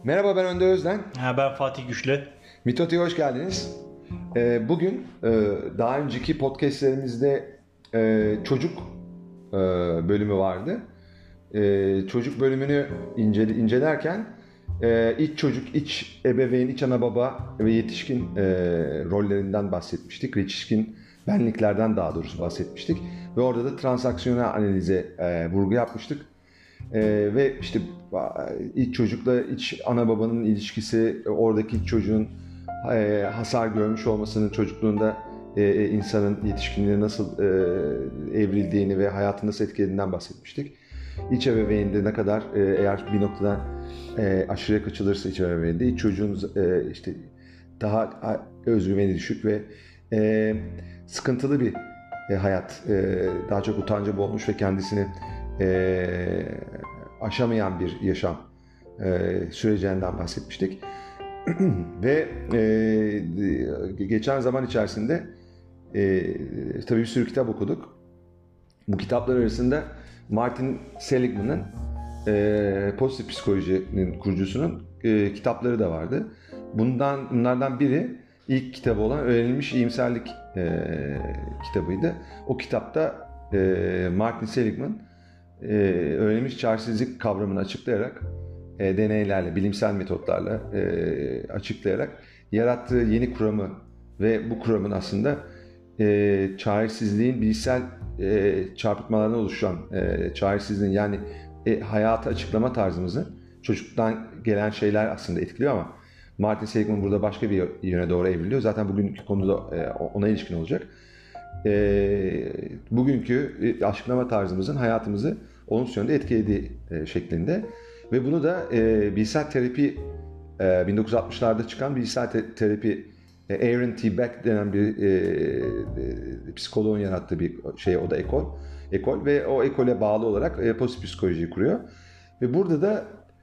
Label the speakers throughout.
Speaker 1: Merhaba, ben Önder Özden.
Speaker 2: Ben Fatih Güçlü.
Speaker 1: Mitote'ye hoş geldiniz. Bugün daha önceki podcastlerimizde çocuk bölümü vardı. Çocuk bölümünü incelerken iç çocuk, iç ebeveyn, iç ana baba ve yetişkin rollerinden bahsetmiştik. Yetişkin benliklerden daha doğrusu bahsetmiştik. Ve orada da transaksiyonel analize vurgu yapmıştık. Ve işte iç çocukla iç ana babanın ilişkisi, oradaki iç çocuğun hasar görmüş olmasının çocukluğunda insanın yetişkinliğine nasıl evrildiğini ve hayatını nasıl etkilediğinden bahsetmiştik. İç ebeveynde ne kadar eğer bir noktadan aşırıya kaçılırsa iç ebeveynde iç çocuğun işte daha özgüveni düşük ve sıkıntılı bir hayat, daha çok utanca boğulmuş ve kendisini aşamayan bir yaşam sürecinden bahsetmiştik. Ve geçen zaman içerisinde tabii bir sürü kitap okuduk. Bu kitaplar arasında Martin Seligman'ın pozitif psikolojinin kurucusunun kitapları da vardı. Bunlardan biri ilk kitabı olan Öğrenilmiş İyimserlik kitabıydı. O kitapta Martin Seligman öğrenilmiş çaresizlik kavramını açıklayarak deneylerle, bilimsel metotlarla açıklayarak yarattığı yeni kuramı ve bu kuramın aslında çaresizliğin bilişsel çarpıtmalarından oluşan çaresizliğin yani hayatı açıklama tarzımızı çocukluktan gelen şeyler aslında etkiliyor ama Martin Seligman burada başka bir yöne doğru evriliyor. Zaten bugünkü konu da ona ilişkin olacak. Bugünkü açıklama tarzımızın hayatımızı olumsuz yönde etkilediği şeklinde. Ve bunu da bilişsel terapi 1960'larda çıkan bilişsel terapi Aaron T. Beck denen bir psikoloğun yarattığı bir şey, o da ekol ve o ekole bağlı olarak pozitif psikolojiyi kuruyor. Ve burada da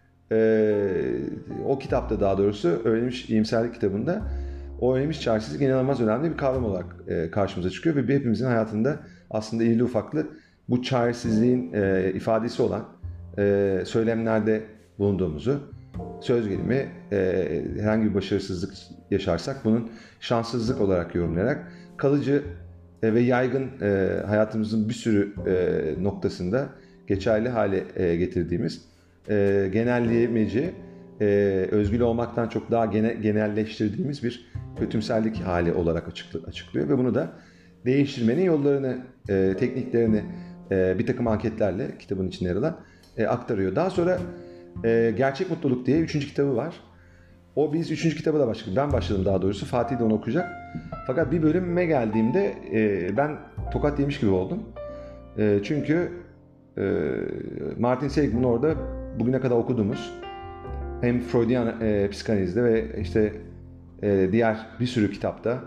Speaker 1: o kitapta daha doğrusu Öğrenilmiş İyimserlik kitabında o öğrenilmiş çaresizlik inanılmaz önemli bir kavram olarak karşımıza çıkıyor ve hepimizin hayatında aslında irili ufaklı bu çaresizliğin ifadesi olan söylemlerde bulunduğumuzu, söz gelimi herhangi bir başarısızlık yaşarsak bunun şanssızlık olarak yorumlayarak kalıcı ve yaygın hayatımızın bir sürü noktasında geçerli hale getirdiğimiz genelleyemeci, özgül olmaktan çok daha genelleştirdiğimiz bir kötümserlik hali olarak açıklıyor ve bunu da değiştirmenin yollarını, tekniklerini bir takım anketlerle kitabın içinde yer alan aktarıyor. Daha sonra Gerçek Mutluluk diye 3. kitabı var. Biz 3. kitaba da başladık. Ben başladım daha doğrusu. Fatih de onu okuyacak. Fakat bir bölüme geldiğimde ben tokat yemiş gibi oldum. Çünkü Martin Seligman orada bugüne kadar okuduğumuz hem Freudian psikanalizde ve işte diğer bir sürü kitapta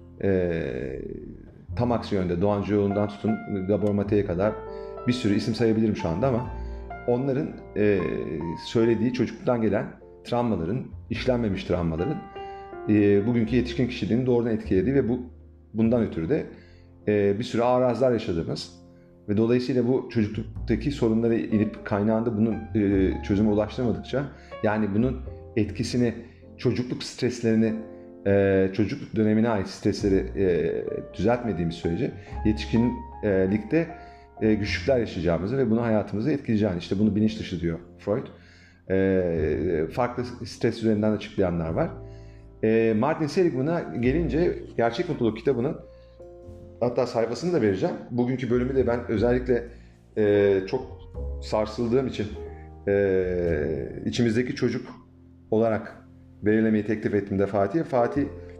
Speaker 1: tam aksi yönde Doğan Cioğlu'ndan tutun Gabor Mate'ye kadar bir sürü isim sayabilirim şu anda ama onların söylediği çocukluktan gelen travmaların, işlenmemiş travmaların bugünkü yetişkin kişiliğini doğrudan etkilediği ve bundan ötürü de bir sürü arazlar yaşadığımız ve dolayısıyla bu çocukluktaki sorunlara inip kaynağında bunun çözüme ulaştırmadıkça yani bunun etkisini, çocukluk streslerini, çocukluk dönemine ait stresleri düzeltmediğimiz sürece yetişkinlikte güçlükler yaşayacağımızı ve bunu hayatımızı etkileyeceğini, işte bunu bilinç dışı diyor Freud. Farklı stres üzerinden açıklayanlar var. Martin Seligman'a gelince Gerçek Mutluluk kitabının hatta sayfasını da vereceğim. Bugünkü bölümü de ben özellikle çok sarsıldığım için içimizdeki çocuk olarak belirlemeyi teklif ettiğimde Fatih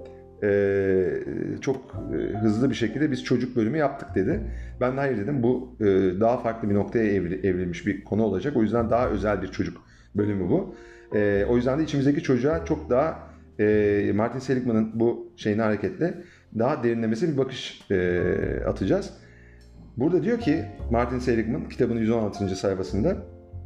Speaker 1: çok hızlı bir şekilde biz çocuk bölümü yaptık dedi. Ben de hayır dedim. Bu daha farklı bir noktaya evrilmiş bir konu olacak. O yüzden daha özel bir çocuk bölümü bu. O yüzden de içimizdeki çocuğa çok daha Martin Seligman'ın bu şeyine hareketle daha derinlemesine bir bakış atacağız. Burada diyor ki Martin Seligman kitabın 116. sayfasında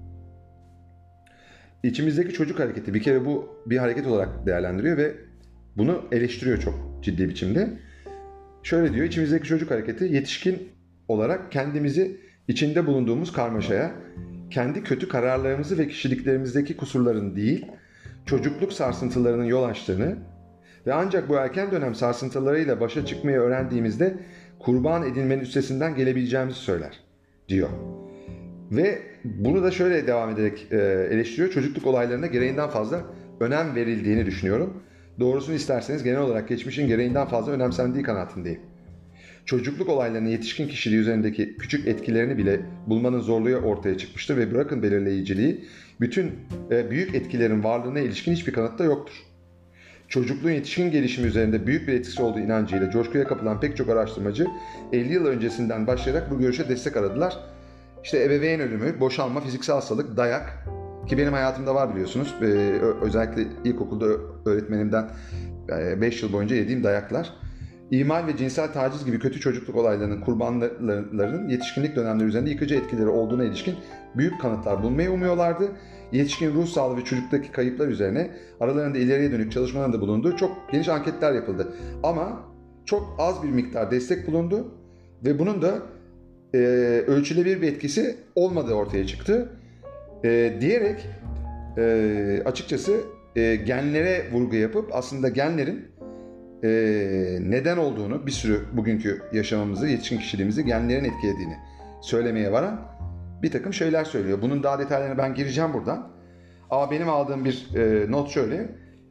Speaker 1: içimizdeki çocuk hareketi bir kere bu bir hareket olarak değerlendiriyor ve bunu eleştiriyor çok ciddi biçimde. Şöyle diyor, içimizdeki çocuk hareketi yetişkin olarak kendimizi içinde bulunduğumuz karmaşaya, kendi kötü kararlarımızı ve kişiliklerimizdeki kusurların değil, çocukluk sarsıntılarının yol açtığını ve ancak bu erken dönem sarsıntılarıyla başa çıkmayı öğrendiğimizde kurban edilmenin üstesinden gelebileceğimizi söyler, diyor. Ve bunu da şöyle devam ederek eleştiriyor. Çocukluk olaylarına gereğinden fazla önem verildiğini düşünüyorum. Doğrusunu isterseniz genel olarak geçmişin gereğinden fazla önemsendiği kanaatindeyim. Çocukluk olaylarının yetişkin kişiliği üzerindeki küçük etkilerini bile bulmanın zorluğu ortaya çıkmıştır ve bırakın belirleyiciliği, bütün büyük etkilerin varlığına ilişkin hiçbir kanıt da yoktur. Çocukluğun yetişkin gelişimi üzerinde büyük bir etkisi olduğu inancıyla coşkuya kapılan pek çok araştırmacı 50 yıl öncesinden başlayarak bu görüşe destek aradılar. İşte ebeveyn ölümü, boşanma, fiziksel hastalık, dayak ki benim hayatımda var biliyorsunuz. Özellikle ilkokulda öğretmenimden 5 yıl boyunca yediğim dayaklar. İhmal ve cinsel taciz gibi kötü çocukluk olaylarının kurbanlarının yetişkinlik dönemleri üzerinde yıkıcı etkileri olduğuna ilişkin büyük kanıtlar bulmayı umuyorlardı. Yetişkin ruh sağlığı ve çocuktaki kayıplar üzerine aralarında ileriye dönük çalışmaların da bulunduğu çok geniş anketler yapıldı. Ama çok az bir miktar destek bulundu ve bunun da ölçülebilir bir etkisi olmadığı ortaya çıktı. Diyerek açıkçası genlere vurgu yapıp aslında genlerin neden olduğunu, bir sürü bugünkü yaşamımızı, yetişkin kişiliğimizi genlerin etkilediğini söylemeye varan bir takım şeyler söylüyor. Bunun daha detaylarına ben gireceğim buradan. Ama benim aldığım bir not şöyle.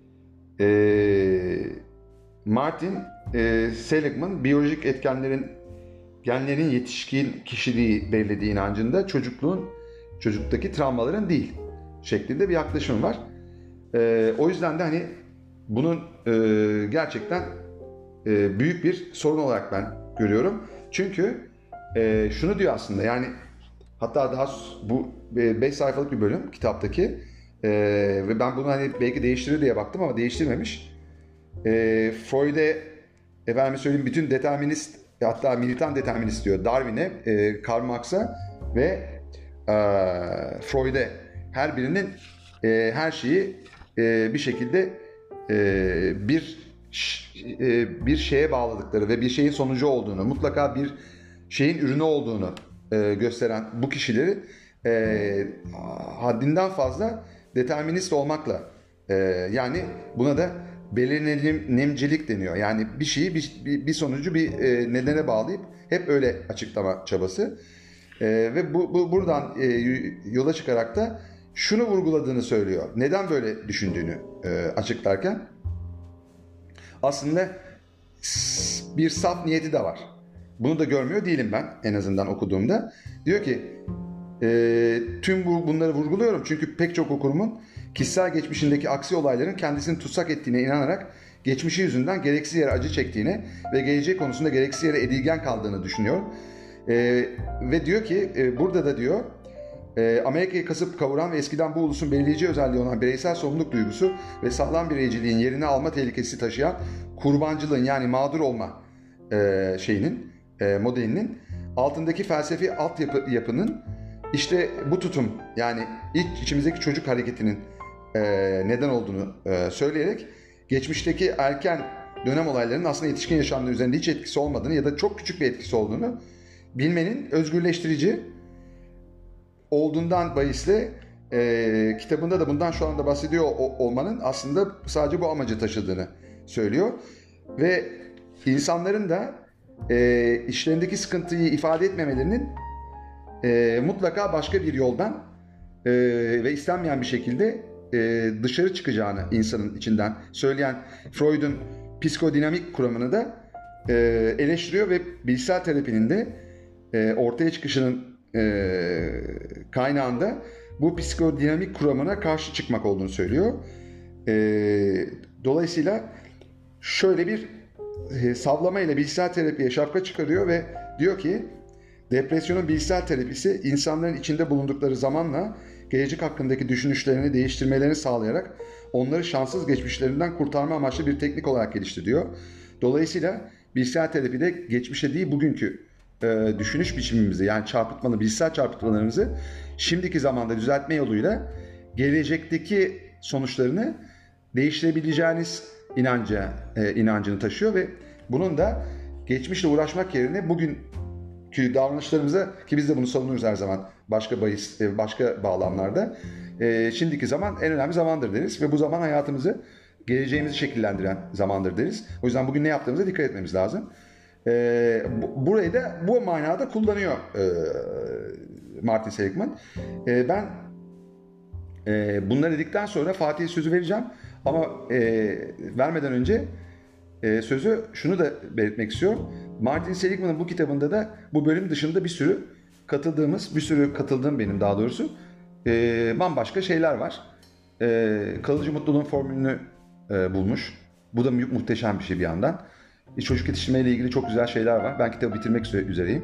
Speaker 1: Martin Seligman biyolojik etkenlerin genlerin yetişkin kişiliği belirlediği inancında çocuktaki travmaların değil şeklinde bir yaklaşım var. O yüzden de hani bunun gerçekten büyük bir sorun olarak ben görüyorum. Çünkü şunu diyor aslında, yani hatta daha bu 5 sayfalık bir bölüm kitaptaki ve ben bunu hani belki değiştirir diye baktım ama değiştirmemiş. Freud'e efendim söyleyeyim bütün determinist, hatta militan determinist diyor Darwin'e, Karl Marx'a ve Freud'e, her birinin her şeyi bir şekilde bir şeye bağladıkları ve bir şeyin sonucu olduğunu, mutlaka bir şeyin ürünü olduğunu gösteren bu kişileri haddinden fazla determinist olmakla, yani buna da belirlenimcilik deniyor. Yani bir şeyi bir sonucu bir nedene bağlayıp hep öyle açıklama çabası. Ve buradan yola çıkarak da şunu vurguladığını söylüyor. Neden böyle düşündüğünü açıklarken aslında bir saf niyeti de var. Bunu da görmüyor değilim ben, en azından okuduğumda. Diyor ki tüm bunları vurguluyorum çünkü pek çok okurumun kişisel geçmişindeki aksi olayların kendisini tutsak ettiğine inanarak geçmişi yüzünden gereksiz yere acı çektiğine ve geleceği konusunda gereksiz yere edilgen kaldığını düşünüyor. Ve diyor ki burada da diyor Amerika'yı kasıp kavuran ve eskiden bu ulusun belirleyici özelliği olan bireysel sorumluluk duygusu ve sağlam bireyciliğin yerini alma tehlikesi taşıyan kurbancılığın, yani mağdur olma modelinin altındaki felsefi altyapının işte bu tutum, yani içimizdeki çocuk hareketinin neden olduğunu söyleyerek geçmişteki erken dönem olaylarının aslında yetişkin yaşamları üzerinde hiç etkisi olmadığını ya da çok küçük bir etkisi olduğunu bilmenin özgürleştirici olduğundan bahisle kitabında da bundan şu anda bahsediyor olmanın aslında sadece bu amacı taşıdığını söylüyor. Ve insanların da işlerindeki sıkıntıyı ifade etmemelerinin mutlaka başka bir yoldan ve istenmeyen bir şekilde dışarı çıkacağını insanın içinden söyleyen Freud'un psikodinamik kuramını da eleştiriyor ve bilişsel terapinin de ortaya çıkışının kaynağında bu psikodinamik kuramına karşı çıkmak olduğunu söylüyor. Dolayısıyla şöyle bir savlama ile bilişsel terapiye şapka çıkarıyor ve diyor ki depresyonun bilişsel terapisi insanların içinde bulundukları zamanla gelecek hakkındaki düşünüşlerini değiştirmelerini sağlayarak onları şanssız geçmişlerinden kurtarma amaçlı bir teknik olarak gelişti diyor. Dolayısıyla bilişsel terapide geçmişe değil bugünkü düşünüş biçimimizi, yani bilişsel çarpıtmalarımızı şimdiki zamanda düzeltme yoluyla gelecekteki sonuçlarını değiştirebileceğiniz inancını taşıyor ve bunun da geçmişle uğraşmak yerine bugün
Speaker 2: Ki davranışlarımıza, ki biz de bunu savunuyoruz her zaman başka bahis, başka bağlamlarda. Şimdiki zaman en önemli zamandır deriz ve bu zaman hayatımızı, geleceğimizi şekillendiren zamandır deriz. O yüzden bugün ne yaptığımıza dikkat etmemiz lazım. Burayı da bu manada kullanıyor Martin Seligman. Ben bunları dedikten sonra Fatih'e sözü vereceğim ama vermeden önce sözü şunu da belirtmek istiyorum. Martin Seligman'ın bu kitabında da bu bölüm dışında bir sürü katıldığım benim daha doğrusu bambaşka şeyler var. Kalıcı mutluluğun formülünü bulmuş. Bu da muhteşem bir şey bir yandan. Çocuk yetiştirmeyle ilgili çok güzel şeyler var. Ben kitabı bitirmek üzereyim.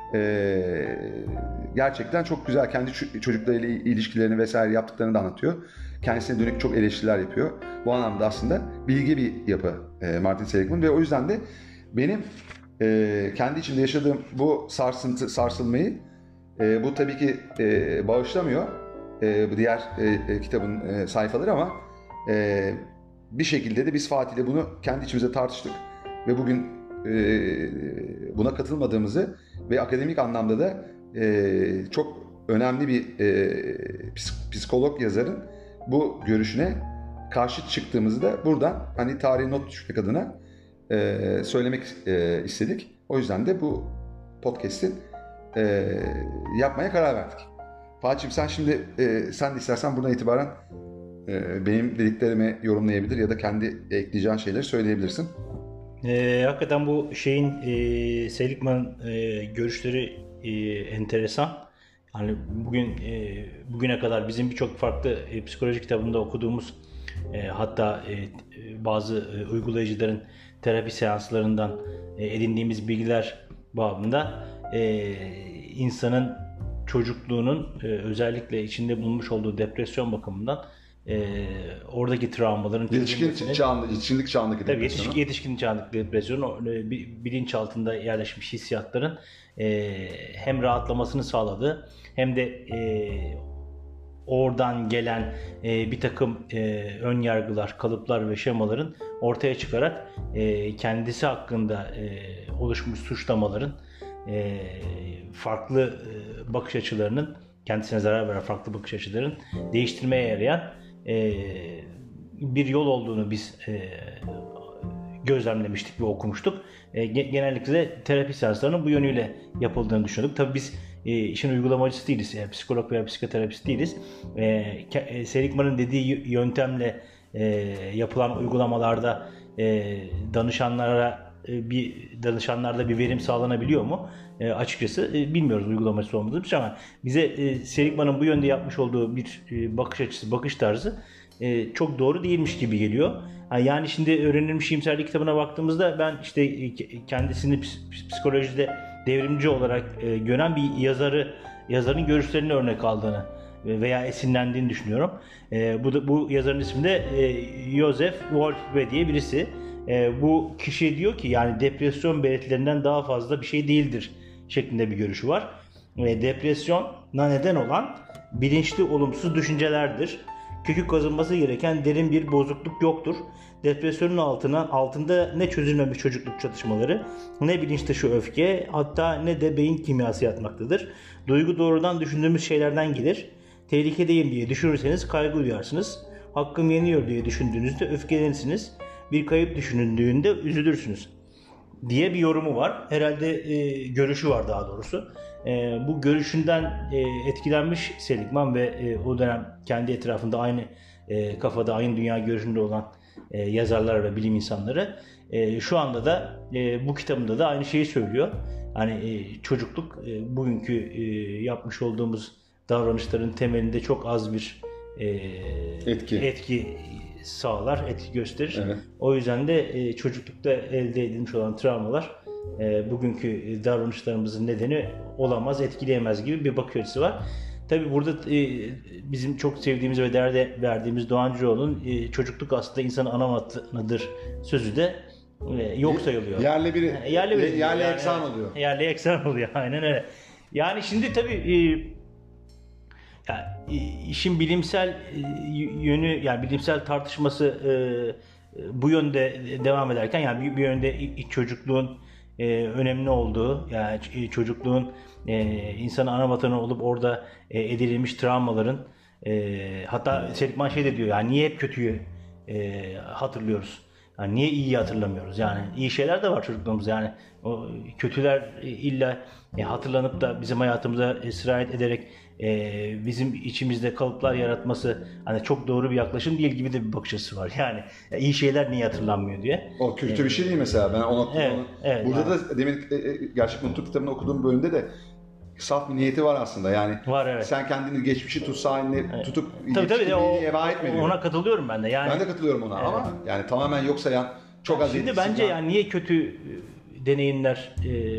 Speaker 2: Gerçekten çok güzel. Kendi çocuklarıyla ilişkilerini vesaire yaptıklarını da anlatıyor. Kendisine dönük çok eleştiriler yapıyor. Bu anlamda aslında bilge bir yapı Martin Seligman ve o yüzden de benim kendi içimde yaşadığım bu sarsılmayı bu tabii ki bağışlamıyor bu diğer kitabın sayfaları ama bir şekilde de biz Fatih'le bunu kendi içimize tartıştık ve bugün buna katılmadığımızı ve akademik anlamda da çok önemli bir psikolog yazarın bu görüşüne karşı çıktığımızı da buradan hani tarihe not düşmek adına söylemek istedik. O yüzden de bu podcast'i yapmaya karar verdik. Fatih'im sen şimdi sen de istersen buradan itibaren benim dediklerimi yorumlayabilir ya da kendi ekleyeceğin şeyleri söyleyebilirsin.
Speaker 3: Hakikaten bu şeyin Seligman'ın görüşleri enteresan. Yani bugüne kadar bizim birçok farklı psikoloji kitabında okuduğumuz hatta bazı uygulayıcıların terapi seanslarından edindiğimiz bilgiler babında insanın çocukluğunun özellikle içinde bulunmuş olduğu depresyon bakımından oradaki travmaların
Speaker 2: yetişkinlik çağındaki depresyon.
Speaker 3: Yetişkinlik çağındaki depresyon bilinçaltında yerleşmiş hissiyatların hem rahatlamasını sağladığı hem de oradan gelen bir takım ön yargılar, kalıplar ve şemaların ortaya çıkarak kendisi hakkında oluşmuş suçlamaların farklı bakış açılarının kendisine zarar veren farklı bakış açılarının değiştirmeye yarayan bir yol olduğunu biz gözlemlemiştik ve okumuştuk. Genellikle terapi seanslarının bu yönüyle yapıldığını düşünüyorduk. Tabii biz işin uygulamacısı değiliz, psikolog veya psikoterapist değiliz. Seligman'ın dediği yöntemle yapılan uygulamalarda danışanlarda bir verim sağlanabiliyor mu? Açıkçası bilmiyoruz uygulamacısı olmadığımız için ama bize Seligman'ın bu yönde yapmış olduğu bir bakış açısı, bakış tarzı çok doğru değilmiş gibi geliyor. Yani şimdi öğrenilmiş iyimserlik kitabına baktığımızda ben işte kendisini psikolojide devrimci olarak gören bir yazarın görüşlerini örnek aldığını veya esinlendiğini düşünüyorum. Bu yazarın ismi de Joseph Wolfe diye birisi. Bu kişi diyor ki yani depresyon belirtilerinden daha fazla bir şey değildir şeklinde bir görüşü var. Depresyona neden olan bilinçli olumsuz düşüncelerdir. Kökü kazınması gereken derin bir bozukluk yoktur. Depresyonun altında ne çözülmemiş çocukluk çatışmaları, ne bilinç dışı öfke, hatta ne de beyin kimyası yatmaktadır. Duygu doğrudan düşündüğümüz şeylerden gelir. Tehlikedeyim diye düşünürseniz kaygı duyarsınız. Hakkım yeniyor diye düşündüğünüzde öfkelenirsiniz. Bir kayıp düşünüldüğünde üzülürsünüz diye bir yorumu var. Herhalde görüşü var daha doğrusu. Bu görüşünden etkilenmiş Seligman ve o dönem kendi etrafında aynı kafada, aynı dünya görüşünde olan yazarlar ve bilim insanları şu anda da bu kitabında da aynı şeyi söylüyor. Hani çocukluk bugünkü yapmış olduğumuz davranışların temelinde çok az bir etki sağlar, etki gösterir. Evet. O yüzden de çocuklukta elde edilmiş olan travmalar bugünkü davranışlarımızın nedeni olamaz, etkileyemez gibi bir bakış açısı var. Tabii burada bizim çok sevdiğimiz ve değer verdiğimiz Doğan Cüceloğlu'nun çocukluk aslında insanın ana vatanıdır sözü de yok sayılıyor.
Speaker 2: Yerli eksan oluyor.
Speaker 3: Yerli eksan oluyor, aynen öyle. Yani şimdi tabii işin bilimsel yönü, yani bilimsel tartışması bu yönde devam ederken, yani bir yönde çocukluğun önemli olduğu, yani çocukluğun insanın ana vatanı olup orada edinilmiş travmaların, hatta Seligman şey de diyor, yani niye hep kötüyü hatırlıyoruz? Yani niye iyiyi hatırlamıyoruz? Yani iyi şeyler de var çocukluğumuzda. Yani o kötüler illa hatırlanıp da bizim hayatımıza sirayet ederek bizim içimizde kalıplar yaratması hani çok doğru bir yaklaşım değil gibi de bir bakış açısı var. Yani iyi şeyler niye hatırlanmıyor diye.
Speaker 2: O kötü bir şey değil mesela. Ben
Speaker 3: Evet,
Speaker 2: burada
Speaker 3: yani.
Speaker 2: da demin Gerçek Mutluluk kitabını okuduğum bölümde de saf bir niyeti var aslında. Yani
Speaker 3: Var, evet.
Speaker 2: sen kendini geçmişi tutsa haline tutup
Speaker 3: Tabii,
Speaker 2: yetişkinliğini eva etme diyor.
Speaker 3: ona katılıyorum ben de. Yani
Speaker 2: Ben de katılıyorum ona ama yani tamamen yok sayan çok az
Speaker 3: şimdi
Speaker 2: etkisi
Speaker 3: bence
Speaker 2: var.
Speaker 3: yani niye kötü deneyimler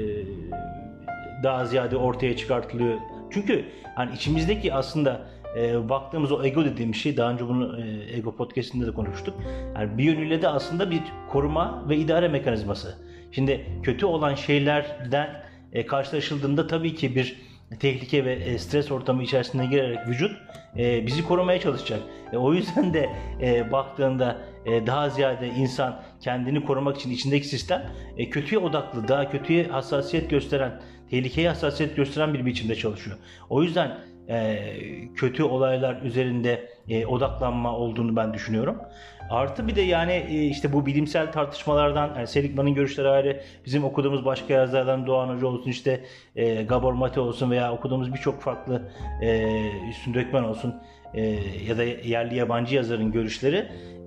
Speaker 3: daha ziyade ortaya çıkartılıyor? Çünkü hani içimizdeki aslında baktığımız o ego dediğimiz şey, daha önce bunu Ego Podcast'inde de konuştuk. Yani bir yönüyle de aslında bir koruma ve idare mekanizması. Şimdi kötü olan şeylerden karşılaşıldığında tabii ki bir tehlike ve stres ortamı içerisine girerek vücut bizi korumaya çalışacak. O yüzden de baktığında daha ziyade insan kendini korumak için içindeki sistem kötüye odaklı, daha kötüye hassasiyet gösteren, tehlikeye hassasiyet gösteren bir biçimde çalışıyor. O yüzden kötü olaylar üzerinde odaklanma olduğunu ben düşünüyorum. Artı bir de yani işte bu bilimsel tartışmalardan, yani Seligman'ın görüşleri ayrı, bizim okuduğumuz başka yazarlardan Doğan Hoca olsun, işte Gabor Mate olsun veya okuduğumuz birçok farklı Üstün Dökmen olsun ya da yerli yabancı yazarın görüşleri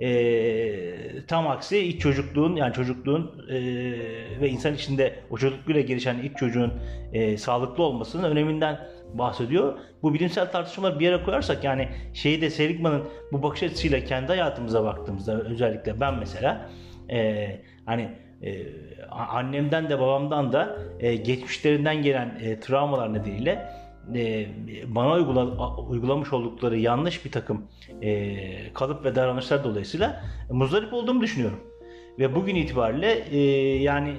Speaker 3: tam aksi iç çocukluğun, yani çocukluğun ve insan içinde o çocuklukla gelişen iç çocuğun sağlıklı olmasının öneminden bahsediyor. Bu bilimsel tartışmaları bir yere koyarsak, yani şeyi de Seligman'ın bu bakış açısıyla kendi hayatımıza baktığımızda, özellikle ben mesela hani annemden de babamdan da geçmişlerinden gelen travmalar nedeniyle bana uygulamış oldukları yanlış bir takım kalıp ve davranışlar dolayısıyla muzdarip olduğumu düşünüyorum. Ve bugün itibariyle yani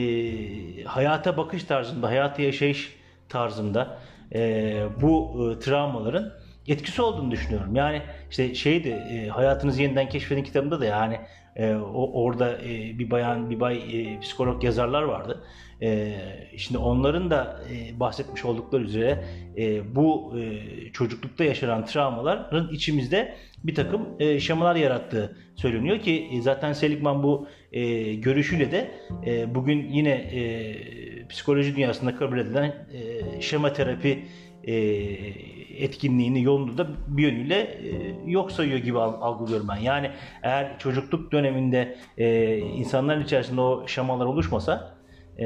Speaker 3: hayata bakış tarzımda, hayatı yaşayış tarzımda bu travmaların etkisi olduğunu düşünüyorum. Yani işte Hayatınızı Yeniden Keşfedin kitabında da yani orada bir bayan, bir bay psikolog yazarlar vardı. Şimdi onların da bahsetmiş oldukları üzere bu çocuklukta yaşanan travmaların içimizde bir takım şemalar yarattığı söyleniyor ki zaten Seligman bu görüşüyle de bugün yine psikoloji dünyasında kabul edilen şema terapi etkinliğini, yolunu da bir yönüyle yok sayıyor gibi algılıyorum ben. Yani eğer çocukluk döneminde insanların içerisinde o şemalar oluşmasa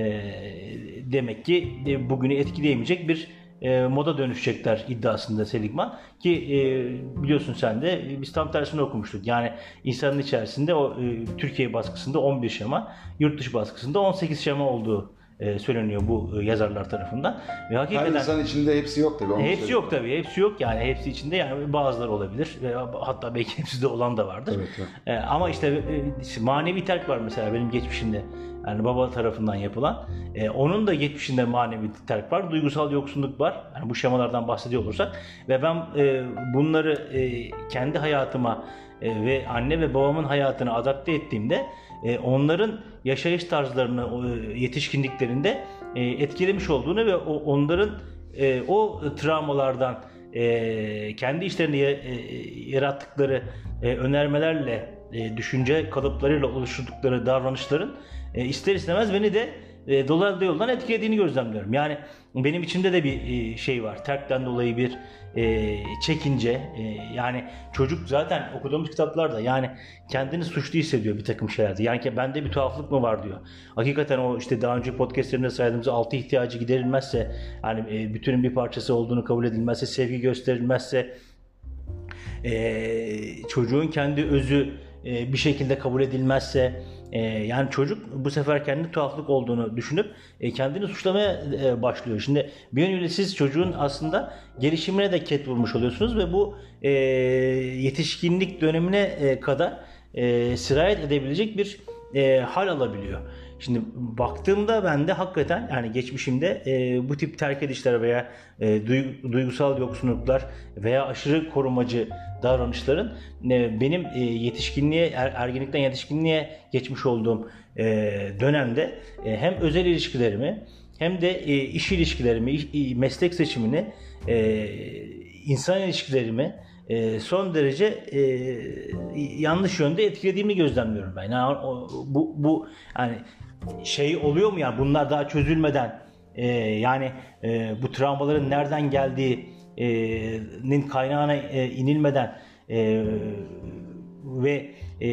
Speaker 3: demek ki bugünü etkileyemeyecek bir moda dönüşecekler iddiasında Seligman. Ki biliyorsun sen de, biz tam tersini okumuştuk. Yani insanın içerisinde o Türkiye baskısında 11 şema, yurt dışı baskısında 18 şema olduğu söyleniyor bu yazarlar tarafından. Ve hakikaten
Speaker 2: her insan içinde hepsi yok tabii.
Speaker 3: Hepsi yok tabii. Hepsi yok yani. Hepsi içinde yani bazıları olabilir ve hatta belki hepsi de olan da vardır.
Speaker 2: Evet.
Speaker 3: Ama işte manevi terk var mesela benim geçmişimde. Yani baba tarafından yapılan. Onun da geçmişinde manevi terk var. Duygusal yoksunluk var. Yani bu şemalardan bahsediyor olursak. Ve ben bunları kendi hayatıma ve anne ve babamın hayatına adapte ettiğimde onların yaşayış tarzlarını yetişkinliklerinde etkilemiş olduğunu ve onların o travmalardan kendi işlerinde yarattıkları önermelerle, düşünce kalıplarıyla oluşturdukları davranışların ister istemez beni de dolaylı yoldan etkilediğini gözlemliyorum. Yani benim içimde de bir şey var. Terkten dolayı bir çekince. Yani çocuk zaten okuduğumuz kitaplarda yani kendini suçlu hissediyor bir takım şeylerde. Yani bende bir tuhaflık mı var diyor. Hakikaten o işte daha önce podcastlerimde saydığımız 6 ihtiyacı giderilmezse, yani bütünün bir parçası olduğunu kabul edilmezse, sevgi gösterilmezse, çocuğun kendi özü bir şekilde kabul edilmezse, yani çocuk bu sefer kendi tuhaflık olduğunu düşünüp kendini suçlamaya başlıyor. Şimdi bir yönüyle siz çocuğun aslında gelişimine de ket vurmuş oluyorsunuz ve bu yetişkinlik dönemine kadar sirayet edebilecek bir hal alabiliyor. Şimdi baktığımda ben de hakikaten yani geçmişimde bu tip terk edişler veya duygusal yoksunluklar veya aşırı korumacı davranışların benim yetişkinliğe, ergenlikten yetişkinliğe geçmiş olduğum dönemde hem özel ilişkilerimi hem de iş ilişkilerimi, meslek seçimini, insan ilişkilerimi son derece yanlış yönde etkilediğimi gözlemliyorum ben. Yani bu yani şey oluyor mu yani bunlar daha çözülmeden yani bu travmaların nereden geldiğinin kaynağına inilmeden ve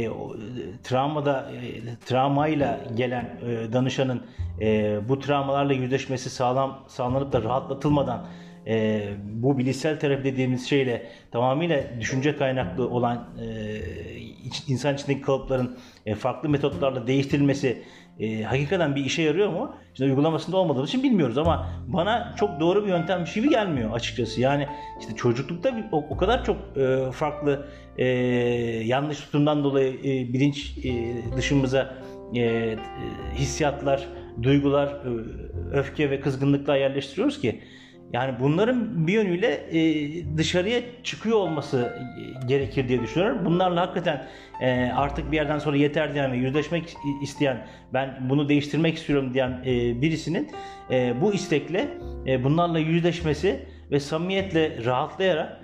Speaker 3: travmayla gelen danışanın bu travmalarla yüzleşmesi sağlanıp da rahatlatılmadan bu bilişsel terapi dediğimiz şeyle tamamıyla düşünce kaynaklı olan insan içindeki kalıpların farklı metotlarla değiştirilmesi hakikaten bir işe yarıyor mu? İşte uygulamasında olmadığı için bilmiyoruz ama bana çok doğru bir yöntemmiş gibi gelmiyor açıkçası. Yani işte çocuklukta o kadar çok farklı yanlış tutumdan dolayı bilinç dışımıza hissiyatlar, duygular, öfke ve kızgınlıklar yerleştiriyoruz ki yani bunların bir yönüyle dışarıya çıkıyor olması gerekir diye düşünüyorum. Bunlarla hakikaten artık bir yerden sonra yeter diyen ve yüzleşmek isteyen, ben bunu değiştirmek istiyorum diyen birisinin bu istekle bunlarla yüzleşmesi ve samimiyetle rahatlayarak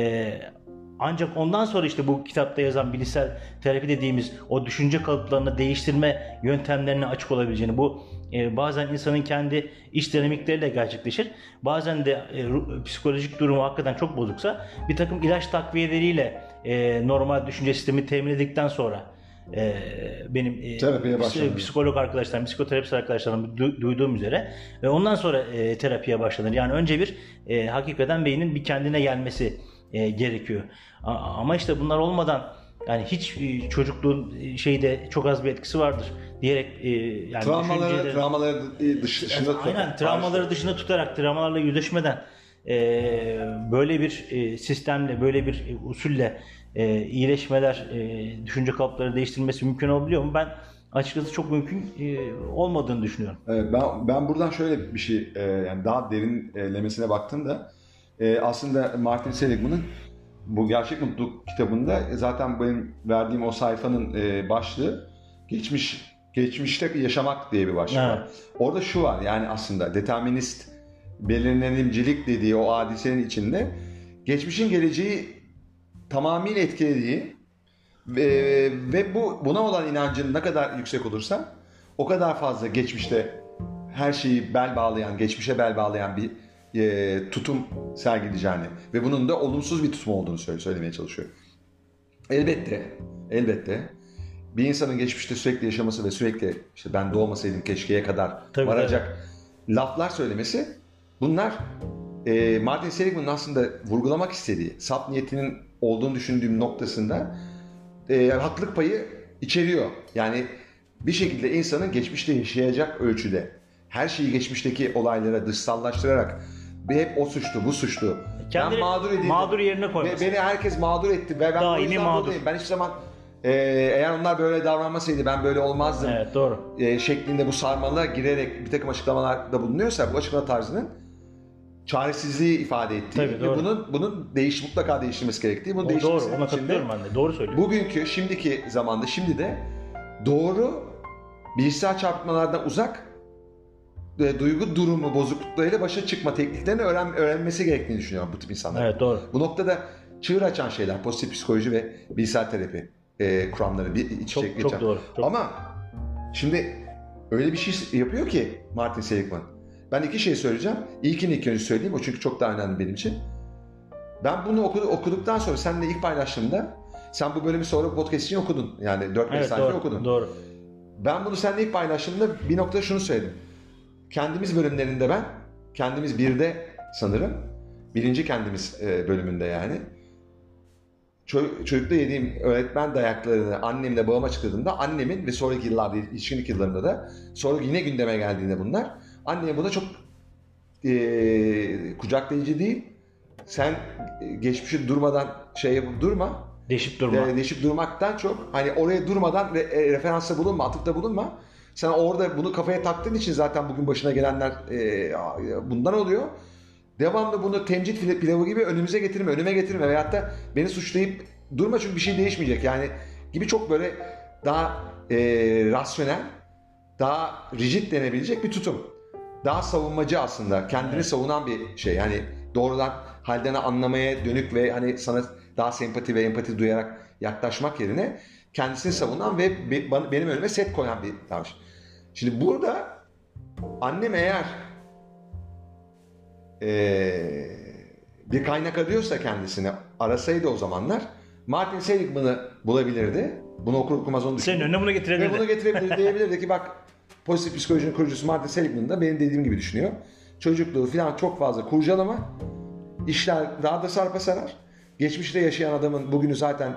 Speaker 3: ancak ondan sonra işte bu kitapta yazan bilişsel terapi dediğimiz o düşünce kalıplarını değiştirme yöntemlerine açık olabileceğini, bu bazen insanın kendi iç dinamikleriyle gerçekleşir. Bazen de psikolojik durumu hakikaten çok bozuksa bir takım ilaç takviyeleriyle normal düşünce sistemi temin edildikten sonra benim psikolog arkadaşlarım, psikoterapist arkadaşlarım duyduğum üzere ve ondan sonra terapiye başlanır. Yani önce bir hakikaten beynin bir kendine gelmesi gerekiyor. Ama işte bunlar olmadan yani hiç çocukluğun şeyde çok az bir etkisi vardır diyerek yani
Speaker 2: travmaları dışında tutarak.
Speaker 3: Aynen, travmaları dışında tutarak, travmalarla yüzleşmeden böyle bir sistemle, böyle bir usulle iyileşmeler, düşünce kalıpları değiştirilmesi mümkün olabiliyor mu? Ben açıkçası çok mümkün olmadığını düşünüyorum.
Speaker 2: Ben buradan şöyle bir şey, yani daha derinlemesine baktığımda aslında Martin Seligman'ın bu Gerçek Mutluluk kitabında zaten benim verdiğim o sayfanın başlığı geçmişte yaşamak diye bir başlık var. Orada şu var, yani aslında determinist belirlenimcilik dediği o hadisenin içinde geçmişin geleceği tamamıyla etkilediği ve buna olan inancın ne kadar yüksek olursa o kadar fazla geçmişte her şeyi geçmişe bel bağlayan bir tutum sergileyeceğini ve bunun da olumsuz bir tutum olduğunu söylemeye çalışıyor. Elbette bir insanın geçmişte sürekli yaşaması ve sürekli işte ben doğmasaydım keşkeye kadar varacak laflar söylemesi, bunlar Martin Seligman'ın aslında vurgulamak istediği saf niyetinin olduğunu düşündüğüm noktasında haklılık payı içeriyor. Yani bir şekilde insanın geçmişte yaşayacak ölçüde her şeyi geçmişteki olaylara dışsallaştırarak hep o suçlu, bu suçlu.
Speaker 3: Kendini
Speaker 2: ben mağdur edildim.
Speaker 3: Mağdur yerine koyması.
Speaker 2: Beni herkes mağdur etti ve ben o yüzden buradayım. Ben hiçbir zaman eğer onlar böyle davranmasaydı ben böyle olmazdım.
Speaker 3: Evet, doğru.
Speaker 2: Şeklinde bu sarmala girerek bir takım açıklamalarda bulunuyorsa bu açıklama tarzının çaresizliği ifade ettiği
Speaker 3: Tabii,
Speaker 2: ve bunun mutlaka değiştirmesi gerektiği. Bunun
Speaker 3: doğru, ona katılıyorum ben de. Doğru söylüyorsun.
Speaker 2: Bugünkü, şimdiki zamanda, şimdi de doğru bilişsel çarpıtmalardan uzak duygu durumu bozukluklarıyla başa çıkma tekniklerini öğrenmesi gerektiğini düşünüyorum bu tip insanlar.
Speaker 3: Evet, doğru.
Speaker 2: Bu noktada çığır açan şeyler pozitif psikoloji ve bilişsel terapi kuramları bir iç içe geçen.
Speaker 3: Çok doğru.
Speaker 2: Ama şimdi öyle bir şey yapıyor ki Martin Seligman. Ben iki şey söyleyeceğim. İlkini ilk önce söyleyeyim. O çünkü çok daha önemli benim için. Ben bunu okuduktan sonra seninle ilk paylaştığımda sen bu bölümü sonra podcast için okudun. Yani 4-5 sayfa okudun.
Speaker 3: Doğru.
Speaker 2: Ben bunu seninle ilk paylaştığımda bir noktada şunu söyledim. Kendimiz bölümlerinde kendimiz birde sanırım. Birinci kendimiz bölümünde yani. Çocukta yediğim öğretmen dayaklarını annemle babama açıkladığımda annemin ve sonraki yıllarda, ilişkinlik yıllarında da sonra yine gündeme geldiğinde bunlar. Annem buna çok kucaklayıcı değil. Sen geçmişi durmadan yapıp durma.
Speaker 3: Deşip durma.
Speaker 2: Deşip durmaktan çok hani oraya durmadan referansta bulunma, atıfta bulunma. Sen orada bunu kafaya taktığın için zaten bugün başına gelenler bundan oluyor. Devamlı bunu temcit pilavı gibi önümüze getirme, önüme getirme veyahut da beni suçlayıp durma çünkü bir şey değişmeyecek. Yani gibi çok böyle daha rasyonel, daha rigid denebilecek bir tutum. Daha savunmacı aslında. Kendini savunan bir şey. Yani doğrudan halden anlamaya dönük ve hani sana daha sempati ve empati duyarak yaklaşmak yerine kendisini savunan ve benim önüme set koyan bir davranış. Şimdi burada annem eğer bir kaynak arıyorsa kendisine arasaydı o zamanlar Martin Seligman'ı bulabilirdi. Bunu okur okumaz onu düşündüm.
Speaker 3: Senin önüne bunu getirebilirdi.
Speaker 2: Ve bunu getirebilirdi diyebilirdi ki bak pozitif psikolojinin kurucusu Martin Seligman da benim dediğim gibi düşünüyor. Çocukluğu falan çok fazla kurcalama. İşler daha da sarpa sarar. Geçmişte yaşayan adamın bugünü zaten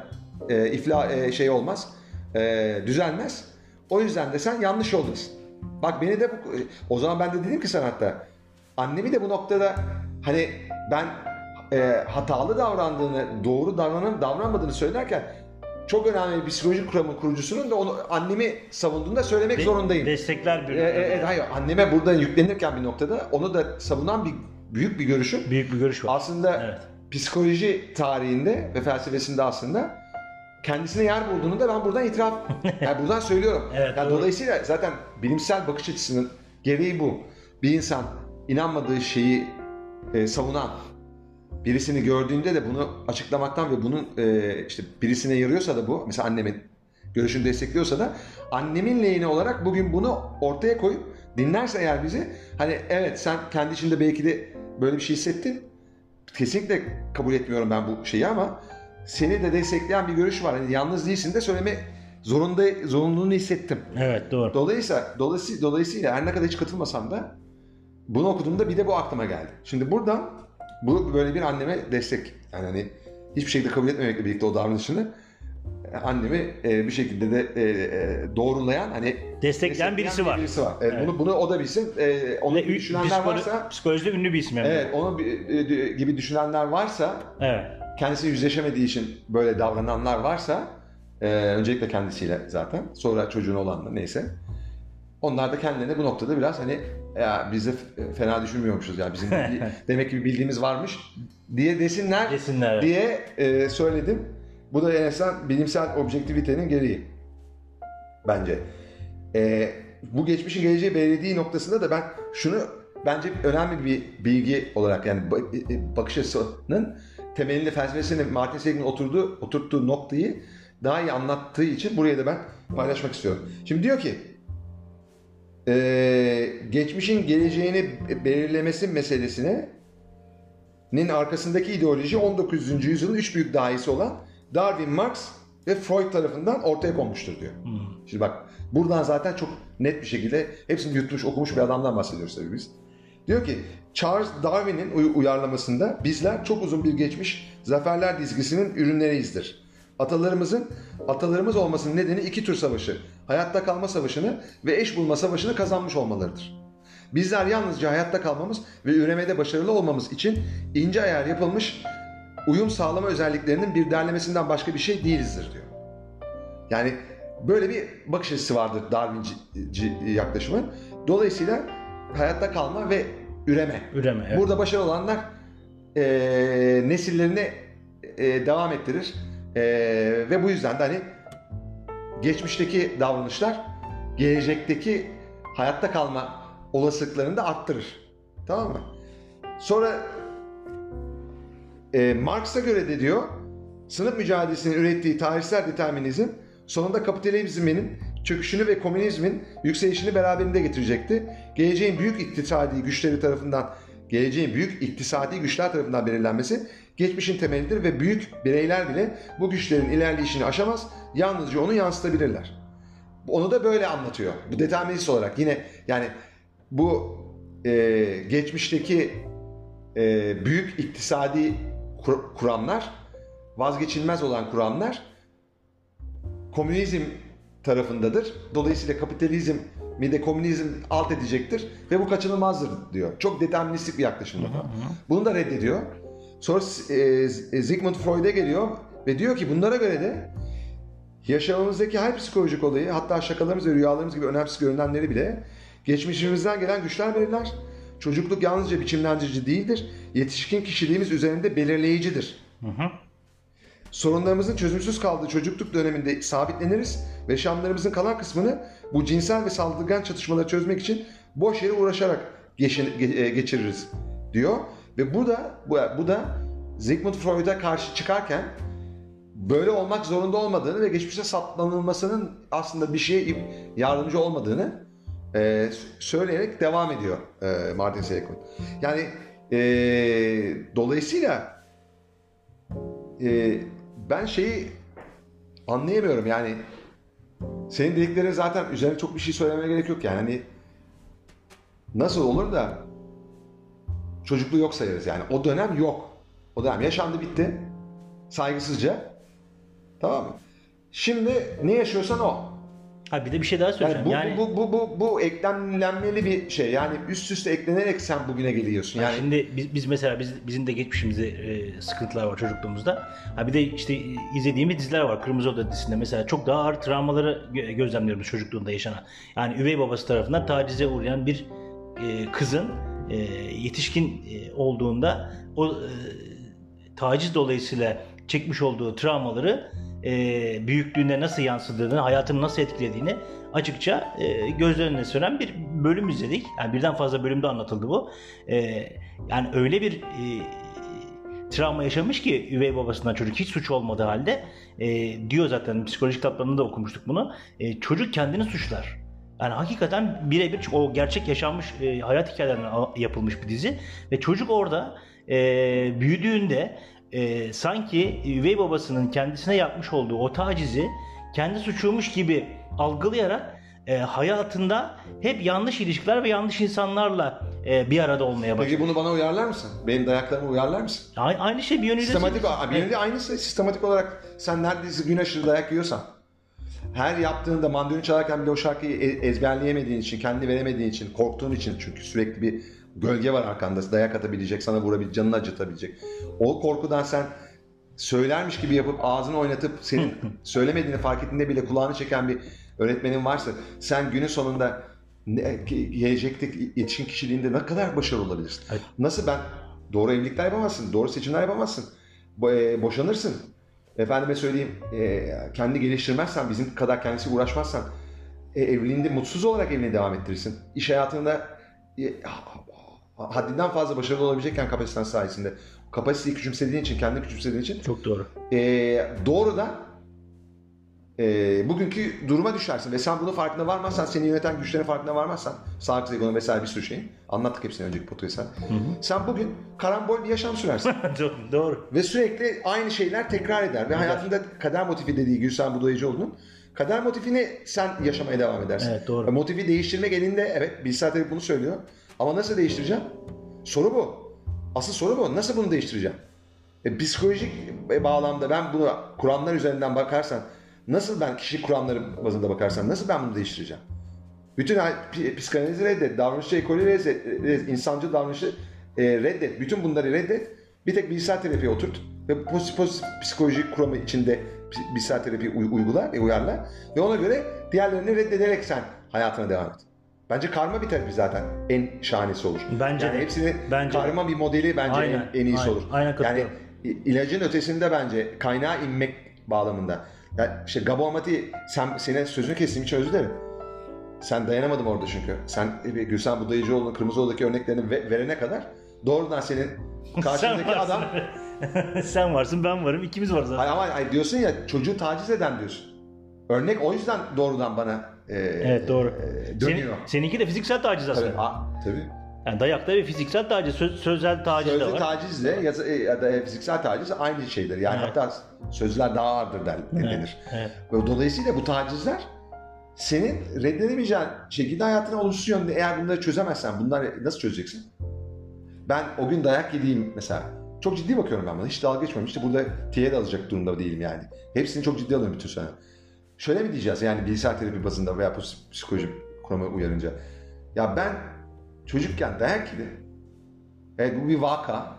Speaker 2: olmaz. Düzelmez. O yüzden de sen yanlış yoldasın. Bak beni de o zaman ben de dedim ki sana hatta annemi de bu noktada hani ben hatalı davrandığını, doğru davranmadığını söylerken çok önemli bir psikolojik kuramın kurucusunun da onu annemi savunduğunda söylemek zorundayım.
Speaker 3: Destekler bir.
Speaker 2: Hayır, anneme burada yüklenirken bir noktada onu da savunan büyük bir görüşüm.
Speaker 3: Büyük bir görüş var.
Speaker 2: Aslında psikoloji tarihinde ve felsefesinde aslında kendisine yer bulduğunu da ben buradan itiraf, yani buradan söylüyorum. Yani dolayısıyla zaten bilimsel bakış açısının gereği bu. Bir insan inanmadığı şeyi savunan birisini gördüğünde de bunu açıklamaktan ve bunun işte birisine yarıyorsa da bu, mesela annemin görüşünü destekliyorsa da annemin lehine olarak bugün bunu ortaya koyup dinlerse eğer bizi, hani evet sen kendi içinde belki de böyle bir şey hissettin. Kesinlikle kabul etmiyorum ben bu şeyi ama seni de destekleyen bir görüş var. Yani yalnız değilsin de söyleme zorunluluğunu hissettim.
Speaker 3: Evet, doğru.
Speaker 2: Dolayısıyla her ne kadar hiç katılmasam da bunu okuduğumda bir de bu aklıma geldi. Şimdi buradan bu böyle bir anneme destek. Yani hani hiçbir şekilde kabul etmemekle birlikte o davranışını annemi bir şekilde de doğrulayan, hani
Speaker 3: destekleyen birisi var.
Speaker 2: Evet, evet. Bunu o da bilsin. Onu düşünenler varsa,
Speaker 3: psikolojide ünlü bir isim yani.
Speaker 2: Evet, onu gibi düşünenler varsa,
Speaker 3: evet,
Speaker 2: kendisi yüzleşemediği için böyle davrananlar varsa, öncelikle kendisiyle zaten, sonra çocuğun olanla neyse, onlar da kendilerine bu noktada biraz hani ya biz de fena düşünmüyormuşuz ya, bizim demek ki bir bildiğimiz varmış diye desinler diye söyledim. Bu da en azından bilimsel objektivitenin gereği bence. Bu geçmişin geleceği belirlediği noktasında da ben şunu bence önemli bir bilgi olarak, yani bakış açısının temelinde felsefesinin Martin Seligman oturttuğu noktayı daha iyi anlattığı için buraya da ben paylaşmak istiyorum. Şimdi diyor ki geçmişin geleceğini belirlemesi meselesinin arkasındaki ideoloji 19. yüzyılın 3 büyük dahisi olan Darwin, Marx ve Freud tarafından ortaya konmuştur diyor. Şimdi bak buradan zaten çok net bir şekilde hepsini yutmuş, okumuş bir adamdan bahsediyoruz tabii biz. Diyor ki Charles Darwin'in uyarlamasında bizler çok uzun bir geçmiş zaferler dizgisinin ürünleriyizdir. Atalarımız olmasının nedeni iki tür savaşı, hayatta kalma savaşını ve eş bulma savaşını kazanmış olmalarıdır. Bizler yalnızca hayatta kalmamız ve üremede başarılı olmamız için ince ayar yapılmış uyum sağlama özelliklerinin bir derlemesinden başka bir şey değilizdir diyor. Yani böyle bir bakış açısı vardır Darwinci yaklaşımın. Dolayısıyla hayatta kalma ve üreme.
Speaker 3: Evet.
Speaker 2: Burada başarılı olanlar nesillerini devam ettirir. Ve bu yüzden de hani geçmişteki davranışlar gelecekteki hayatta kalma olasılıklarını da arttırır. Tamam mı? Sonra Marx'a göre de diyor, sınıf mücadelesinin ürettiği tarihsel determinizm sonunda kapitalizmin çöküşünü ve komünizmin yükselişini beraberinde getirecekti. Geleceğin büyük iktisadi güçler tarafından belirlenmesi geçmişin temelidir ve büyük bireyler bile bu güçlerin ilerleyişini aşamaz, yalnızca onu yansıtabilirler. Onu da böyle anlatıyor. Bu determinist olarak yine, yani bu geçmişteki büyük iktisadi kuramlar, vazgeçilmez olan kuramlar komünizm tarafındadır. Dolayısıyla kapitalizmi de komünizm alt edecektir ve bu kaçınılmazdır diyor. Çok deterministik bir yaklaşım. Bunu da reddediyor. Sonra Sigmund Freud'e geliyor ve diyor ki bunlara göre de Yaşamımızdaki her psikolojik olayı, hatta şakalarımız ve rüyalarımız gibi önemsiz görünenleri bile geçmişimizden gelen güçler belirler. Çocukluk yalnızca biçimlendirici değildir. Yetişkin kişiliğimiz üzerinde belirleyicidir. Sorunlarımızın çözümsüz kaldığı çocukluk döneminde sabitleniriz ve yaşamlarımızın kalan kısmını bu cinsel ve saldırgan çatışmaları çözmek için boş yere uğraşarak geçiririz diyor. Ve bu da Sigmund Freud'a karşı çıkarken böyle olmak zorunda olmadığını ve geçmişte saplanılmasının aslında bir şeye yardımcı olmadığını söyleyerek devam ediyor Martin Seligman. Yani dolayısıyla ben şeyi anlayamıyorum, yani senin dediklerin zaten üzerine çok bir şey söylemeye gerek yok yani. Hani nasıl olur da çocukluğu yok sayarız yani. O dönem yok. O dönem yaşandı, bitti. Saygısızca. Tamam mı? Şimdi ne yaşıyorsan o.
Speaker 3: Ha bir de bir şey daha söyleyeceğim.
Speaker 2: Yani bu eklemlenmeli bir şey. Yani üst üste eklenerek sen bugüne geliyorsun. Yani
Speaker 3: şimdi biz mesela bizim de geçmişimizde sıkıntılar var çocukluğumuzda. Ha bir de işte izlediğimiz diziler var. Kırmızı Oda dizisinde mesela çok daha ağır travmaları gözlemliyoruz çocukluğunda yaşanan. Yani üvey babası tarafından tacize uğrayan bir kızın yetişkin olduğunda o taciz dolayısıyla çekmiş olduğu travmaları büyüklüğüne nasıl yansıdığını, hayatını nasıl etkilediğini açıkça göz önüne süren bir bölüm izledik. Yani birden fazla bölümde anlatıldı bu. Yani öyle bir travma yaşamış ki üvey babasından çocuk hiç suç olmadığı halde diyor zaten, psikolojik kitaplarında da okumuştuk bunu. Çocuk kendini suçlar. Yani hakikaten birebir o gerçek yaşanmış hayat hikayelerinden yapılmış bir dizi ve çocuk orada büyüdüğünde sanki üvey babasının kendisine yapmış olduğu o tacizi kendi suçuymuş gibi algılayarak hayatında hep yanlış ilişkiler ve yanlış insanlarla bir arada olmaya başladı.
Speaker 2: Peki bunu bana uyarlar mısın? Benim dayaklarımı uyarlar mısın?
Speaker 3: Aynı şey bir yönüyle.
Speaker 2: Bir yönüyle aynısı. Sistematik olarak sen neredeyse gün aşırı dayak yiyorsan, her yaptığında mandolini çalarken bile o şarkıyı ezberleyemediğin için, kendini veremediğin için, korktuğun için, çünkü sürekli bir gölge var arkanda, dayak atabilecek, sana vurabilecek, canını acıtabilecek. O korkudan sen söylermiş gibi yapıp ağzını oynatıp senin söylemediğini fark ettiğinde bile kulağını çeken bir öğretmenin varsa, sen günün sonunda gelecekteki yetişkin kişiliğinde ne kadar başarılı olabilirsin?
Speaker 3: Evet.
Speaker 2: Nasıl doğru evlilikler yapamazsın, doğru seçimler yapamazsın, boşanırsın. Efendime söyleyeyim, kendi geliştirmezsen, bizim kadar kendisi uğraşmazsan, evliliğinde mutsuz olarak evliliğine devam ettirirsin. İş hayatında haddinden fazla başarılı olabilecekken kapasiten sayesinde, kapasiteyi küçümsediğin için, kendini küçümsediğin için
Speaker 3: çok doğru.
Speaker 2: Doğrudan bugünkü duruma düşersin ve sen bunun farkına varmazsan, seni yöneten güçlerin farkına varmazsan, sağlık, ekonomi vesaire bir sürü şeyin anlattık hepsini önceki podcast'ta. Sen bugün karambol bir yaşam sürersin.
Speaker 3: Doğru.
Speaker 2: Ve sürekli aynı şeyler tekrar eder ve hayatında kader motifi dediği Gülsen Budayıcıoğlu'nun kader motifini sen yaşamaya devam edersin.
Speaker 3: Evet, doğru.
Speaker 2: Motifi değiştirmek elinde, evet, bilgisayar terapi bunu söylüyor. Ama nasıl değiştireceğim? Soru bu. Asıl soru bu. Nasıl bunu değiştireceğim? Psikolojik bağlamda ben bunu kuramlar üzerinden bakarsan, nasıl ben kişi kuramları bazında bakarsam nasıl ben bunu değiştireceğim? Bütün psikanalizi reddet, davranışçı ekolü reddet, insancıl davranışı reddet. Bütün bunları reddet. Bir tek bilgisayar terapiye oturt ve pozitif psikolojik kuramı içinde bilgisayar terapiyi uygular ve uyarlar. Ve ona göre diğerlerini reddederek sen hayatına devam et. Bence karma bir terapi zaten en şahanesi olur.
Speaker 3: Bence
Speaker 2: yani
Speaker 3: de.
Speaker 2: Hepsinin
Speaker 3: Bence
Speaker 2: karma bir modeli bence
Speaker 3: aynen,
Speaker 2: en iyisi
Speaker 3: aynen,
Speaker 2: olur.
Speaker 3: Aynen,
Speaker 2: yani ilacın ötesinde bence kaynağa inmek bağlamında. Yani Gabor Mati, senin sözünü kestiğim için özür dilerim. Sen dayanamadım orada çünkü. Sen Gülsen Budayıcıoğlu'nun Kırmızı Oda'daki örneklerini verene kadar doğrudan senin karşındaki adam...
Speaker 3: Sen varsın, ben varım, ikimiz varız zaten.
Speaker 2: Ama diyorsun ya, çocuğu taciz eden diyorsun. Örnek o yüzden doğrudan bana
Speaker 3: evet, doğru.
Speaker 2: Dönüyor.
Speaker 3: Seninki de fiziksel taciz aslında.
Speaker 2: Tabii.
Speaker 3: Yani dayakta ve fiziksel taciz, sözel taciz de var.
Speaker 2: Sözlü tacizle ya da fiziksel taciz aynı şeydir. Yani
Speaker 3: evet.
Speaker 2: Hatta sözler daha ağırdır denir.
Speaker 3: Evet.
Speaker 2: Dolayısıyla bu tacizler senin reddedemeyeceğin şekilde hayatına olumsuz yönde, eğer bunları çözemezsen, bunları nasıl çözeceksin? Ben o gün dayak yediğim mesela, çok ciddi bakıyorum ben buna. Hiç dalga geçmiyorum. İşte burada tiyet alacak durumda değilim yani. Hepsini çok ciddi alıyorum bütün sene. Şöyle mi diyeceğiz yani bilgisayar terapi bazında veya psikoloji kuramı uyarınca? Ya ben çocukken dayak yedi. Evet, bu bir vaka.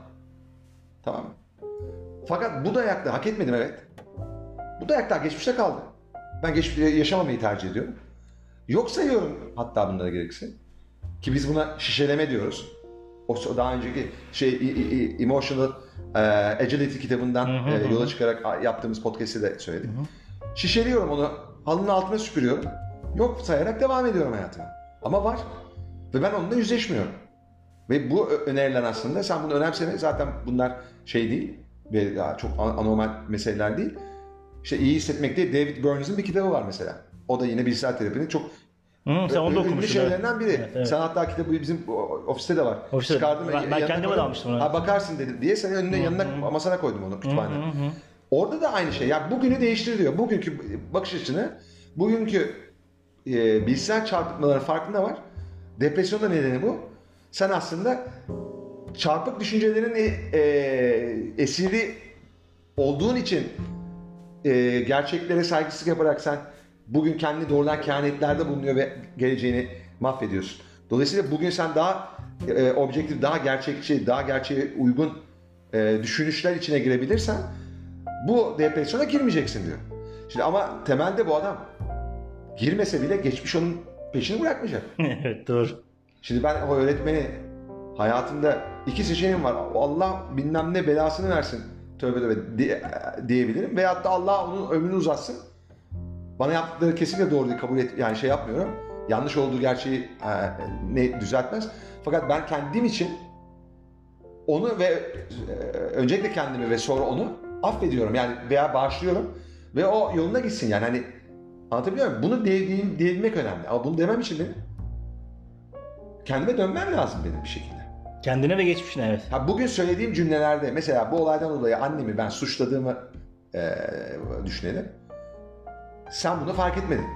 Speaker 2: Tamam mı? Fakat bu dayakta hak etmedim, evet. Bu dayak daha geçmişte kaldı. Ben geçmişte yaşamamayı tercih ediyorum. Yok sayıyorum hatta bunlara gerekirse. Ki biz buna şişeleme diyoruz. O daha önceki Emotional Agility kitabından yola çıkarak yaptığımız podcast'te de söyledik. Şişeliyorum onu, halının altına süpürüyorum. Yok sayarak devam ediyorum hayatıma. Ama var. Ve ben onunla yüzleşmiyorum. Ve bu önerilen aslında, sen bunu önemseme, zaten bunlar şey değil ve çok anormal meseleler değil. İşte iyi hissetmek diye David Burns'ın bir kitabı var mesela. O da yine bilgisayar terapinin çok
Speaker 3: sen onu da
Speaker 2: ünlü
Speaker 3: okumuştun.
Speaker 2: şeylerinden biri.
Speaker 3: Evet.
Speaker 2: Sen hatta kitabı bizim ofiste de var.
Speaker 3: Ofiste
Speaker 2: Çıkardım.
Speaker 3: ben kendime de almıştım onu.
Speaker 2: Ha, bakarsın dedim diye senin önüne yanına masana koydum onu kütüphanede. Orada da aynı şey. Yani bugünü değiştir diyor. Bugünkü bakış açını, bugünkü bilgisayar çarpıtmaların farkında var. Depresyonda nedeni bu. Sen aslında çarpık düşüncelerin esiri olduğun için gerçeklere saygısızlık yaparak sen bugün kendini doğrudan kehanetlerde bulunuyor ve geleceğini mahvediyorsun. Dolayısıyla bugün sen daha objektif, daha gerçekçi, daha gerçeğe uygun düşünüşler içine girebilirsen bu depresyona girmeyeceksin diyor. Şimdi ama temelde bu adam girmese bile geçmiş onun peşini bırakmayacak.
Speaker 3: Evet, doğru.
Speaker 2: Şimdi ben o öğretmeni hayatımda iki seçeneğim var. Allah bilmem ne belasını versin. Tövbe tövbe diyebilirim. Veyahut da Allah onun ömrünü uzatsın. Bana yaptıkları kesinlikle doğru değil, kabul et, yani şey yapmıyorum. Yanlış olduğu gerçeği ne düzeltmez. Fakat ben kendim için onu ve öncelikle kendimi ve sonra onu affediyorum. Yani veya bağışlıyorum ve o yoluna gitsin yani. Hani anlatabiliyor muyum? Bunu diyebilmek önemli. Ama bunu demem için benim kendime dönmem lazım benim bir şekilde.
Speaker 3: Kendine ve geçmişine, evet.
Speaker 2: Ha, bugün söylediğim cümlelerde mesela bu olaydan dolayı annemi ben suçladığımı düşünelim. Sen bunu fark etmedin.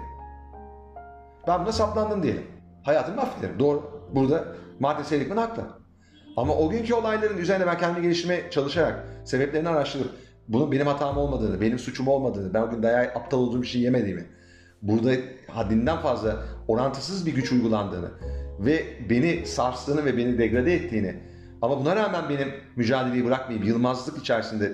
Speaker 2: Ben buna saplandım diyelim. Hayatımı mahvederim. Doğru. Burada Martin Seligman haklı. Ama o günkü olayların üzerine ben kendimi geliştirmeye çalışarak, sebeplerini araştırıp, bunun benim hatam olmadığını, benim suçum olmadığını, ben o gün dayağı aptal olduğum bir şey yemediğimi, burada haddinden fazla orantısız bir güç uygulandığını ve beni sarstığını ve beni degrade ettiğini, ama buna rağmen benim mücadeleyi bırakmayıp yılmazlık içerisinde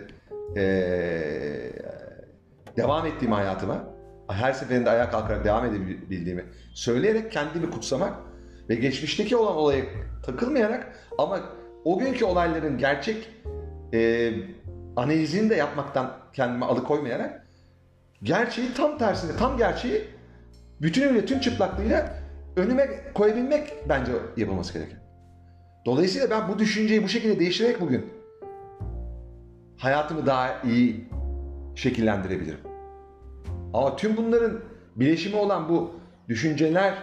Speaker 2: devam ettiğim hayatıma, her seferinde ayağa kalkarak devam edebildiğimi söyleyerek kendimi kutsamak ve geçmişteki olan olaya takılmayarak ama o günkü olayların gerçek analizini de yapmaktan kendimi alıkoymayarak gerçeği tam tersine, tam gerçeği bütünüyle, tüm çıplaklığıyla önüme koyabilmek bence yapılması gereken. Dolayısıyla ben bu düşünceyi bu şekilde değiştirerek bugün hayatımı daha iyi şekillendirebilirim. Ama tüm bunların bileşimi olan bu düşünceleri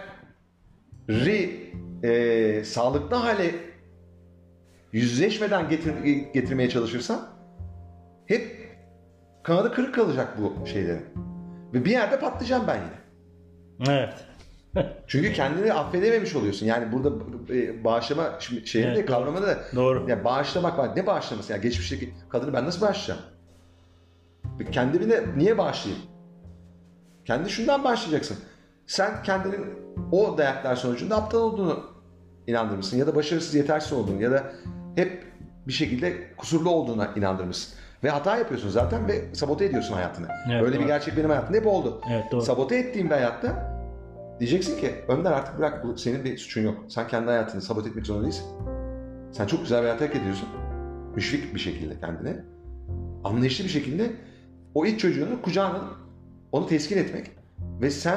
Speaker 2: sağlıklı hale yüzleşmeden getirmeye çalışırsam hep kanadı kırık kalacak bu şeylerin. Ve bir yerde patlayacağım ben yine.
Speaker 3: Evet.
Speaker 2: Çünkü kendini affedememiş oluyorsun. Yani burada bağışlama şeyini
Speaker 3: evet,
Speaker 2: de kavramı da
Speaker 3: doğru.
Speaker 2: Yani bağışlamak var. Ne bağışlaması? Yani geçmişteki kadını ben nasıl bağışlayacağım? Kendimi niye bağışlayayım? Kendi şundan başlayacaksın. Sen kendinin o dayaklar sonucunda aptal olduğunu inandırmışsın ya da başarısız, yetersiz olduğunu ya da hep bir şekilde kusurlu olduğuna inandırmışsın. Ve hata yapıyorsun zaten ve sabote ediyorsun hayatını.
Speaker 3: Evet,
Speaker 2: Böyle
Speaker 3: doğru.
Speaker 2: bir gerçek benim hayatımda hep oldu.
Speaker 3: Evet, doğru.
Speaker 2: Sabote ettiğim bir hayatta diyeceksin ki Önder artık bırak, bu senin bir suçun yok. Sen kendi hayatını sabote etmek zorunda değilsin. Sen çok güzel bir hayat hak ediyorsun. Müşfik bir şekilde kendine. Anlayışlı bir şekilde o iç çocuğunu kucağına onu teskin etmek ve sen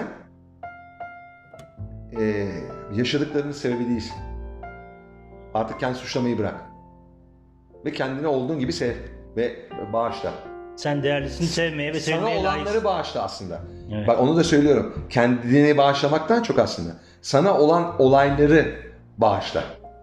Speaker 2: yaşadıklarının sebebi değilsin. Artık kendi suçlamayı bırak. Ve kendini olduğun gibi sev ve bağışla.
Speaker 3: Sen değerlisini sevmeye ve
Speaker 2: Sana
Speaker 3: sevmeye
Speaker 2: olanları
Speaker 3: layıksın.
Speaker 2: bağışla aslında.
Speaker 3: Evet.
Speaker 2: Bak onu da söylüyorum. Kendini bağışlamaktan çok aslında. Sana olan olayları bağışla.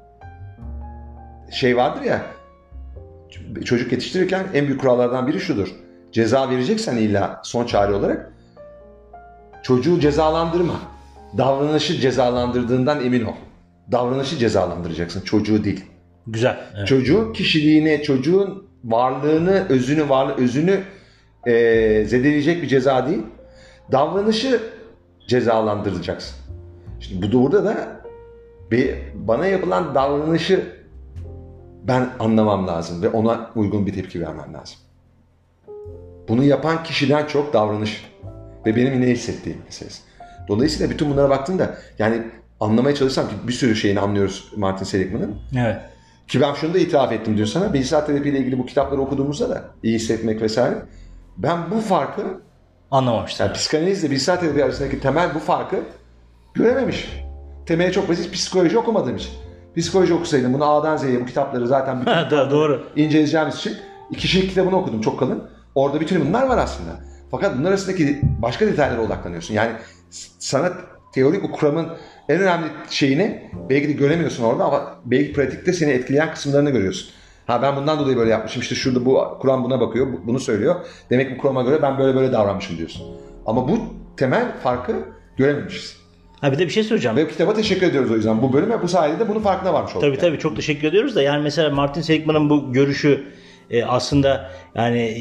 Speaker 2: Şey vardır ya, çocuk yetiştirirken en büyük kurallardan biri şudur. Ceza vereceksen illa son çare olarak çocuğu cezalandırma. Davranışı cezalandırdığından emin ol. Davranışı cezalandıracaksın, çocuğu değil.
Speaker 3: Güzel. Evet.
Speaker 2: Çocuğun kişiliğini, çocuğun varlığını, özünü zedeleyecek bir ceza değil. Davranışı cezalandıracaksın. Şimdi burada da bana yapılan davranışı ben anlamam lazım ve ona uygun bir tepki vermem lazım. Bunu yapan kişiden çok davranış. ve benim ne hissettiğim meselesi. Dolayısıyla bütün bunlara baktığımda yani anlamaya çalışsam ki bir sürü şeyini anlıyoruz Martin Seligman'ın.
Speaker 3: Evet.
Speaker 2: Ki ben şunu da itiraf ettim diyor sana. Bilgisayar terapiyle ilgili bu kitapları okuduğumuzda da iyi hissetmek vesaire. Ben bu farkı
Speaker 3: Anlamamıştım.
Speaker 2: yani psikanalizle bilgisayar terapi arasındaki temel bu farkı görememişim. Temeli çok basit, psikoloji okumadığım için. Psikoloji okusaydım bunu A'dan Z'ye bu kitapları zaten bütün
Speaker 3: doğru.
Speaker 2: inceleyeceğimiz için 2 kişilik kitabını okudum çok kalın. Orada bütün bunlar var aslında. Fakat bunlar arasındaki başka detaylara odaklanıyorsun. Yani sana teorik o kuramın en önemli şeyini belki de göremiyorsun orada ama belki pratikte seni etkileyen kısımlarını görüyorsun. Ha ben bundan dolayı böyle yapmışım. İşte şurada bu kuram buna bakıyor, bunu söylüyor. Demek ki bu kurama göre ben böyle davranmışım diyorsun. Ama bu temel farkı görememişiz.
Speaker 3: Ha bir de bir şey söyleyeceğim.
Speaker 2: Ve kitaba teşekkür ediyoruz o yüzden bu bölüme. Bu sayede de bunun farkına varmış olduk.
Speaker 3: Tabii çok teşekkür ediyoruz da yani mesela Martin Seligman'ın bu görüşü aslında yani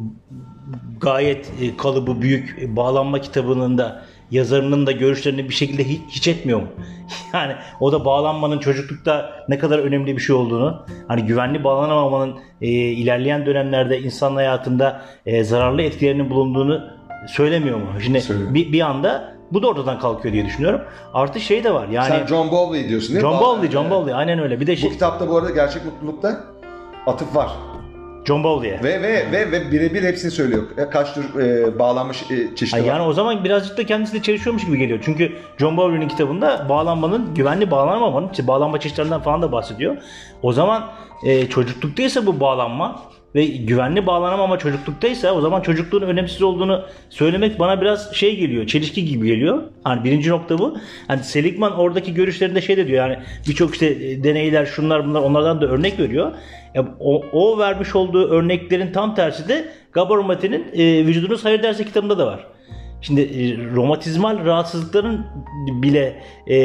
Speaker 3: gayet kalıbı büyük bağlanma kitabının da yazarının da görüşlerini bir şekilde hiç etmiyor mu? Yani o da bağlanmanın çocuklukta ne kadar önemli bir şey olduğunu, hani güvenli bağlanamamanın ilerleyen dönemlerde insan hayatında zararlı etkilerinin bulunduğunu söylemiyor mu? Şimdi bir anda bu da ortadan kalkıyor diye düşünüyorum. Artı şey de var yani.
Speaker 2: Sen John Bowlby diyorsun değil mi?
Speaker 3: John Bowlby aynen öyle. Bir de
Speaker 2: bu kitapta bu arada Gerçek Mutluluk'ta atıf var.
Speaker 3: John Bowlby'ye.
Speaker 2: Ve birebir hepsini söylüyor. Kaç tür bağlanmış çeşidi var.
Speaker 3: Yani o zaman birazcık da kendisiyle çelişiyormuş gibi geliyor. Çünkü John Bowlby'nin kitabında bağlanmanın, güvenli bağlanamamanın, işte bağlanma çeşitlerinden falan da bahsediyor. O zaman çocukluktaysa bu bağlanma ve güvenli bağlanamama çocukluktaysa o zaman çocukluğun önemsiz olduğunu söylemek bana biraz şey geliyor, çelişki gibi geliyor. Hani birinci nokta bu. Hani Seligman oradaki görüşlerinde şey de diyor yani birçok işte deneyler şunlar bunlar onlardan da örnek veriyor. O vermiş olduğu örneklerin tam tersi de Gabor Mate'nin Vücudunuz Hayır Dersi kitabında da var. Şimdi romatizmal rahatsızlıkların bile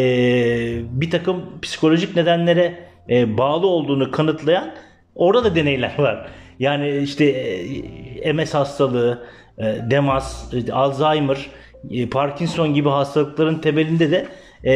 Speaker 3: bir takım psikolojik nedenlere bağlı olduğunu kanıtlayan orada da deneyler var. Yani işte MS hastalığı, DEMAS, Alzheimer, Parkinson gibi hastalıkların temelinde de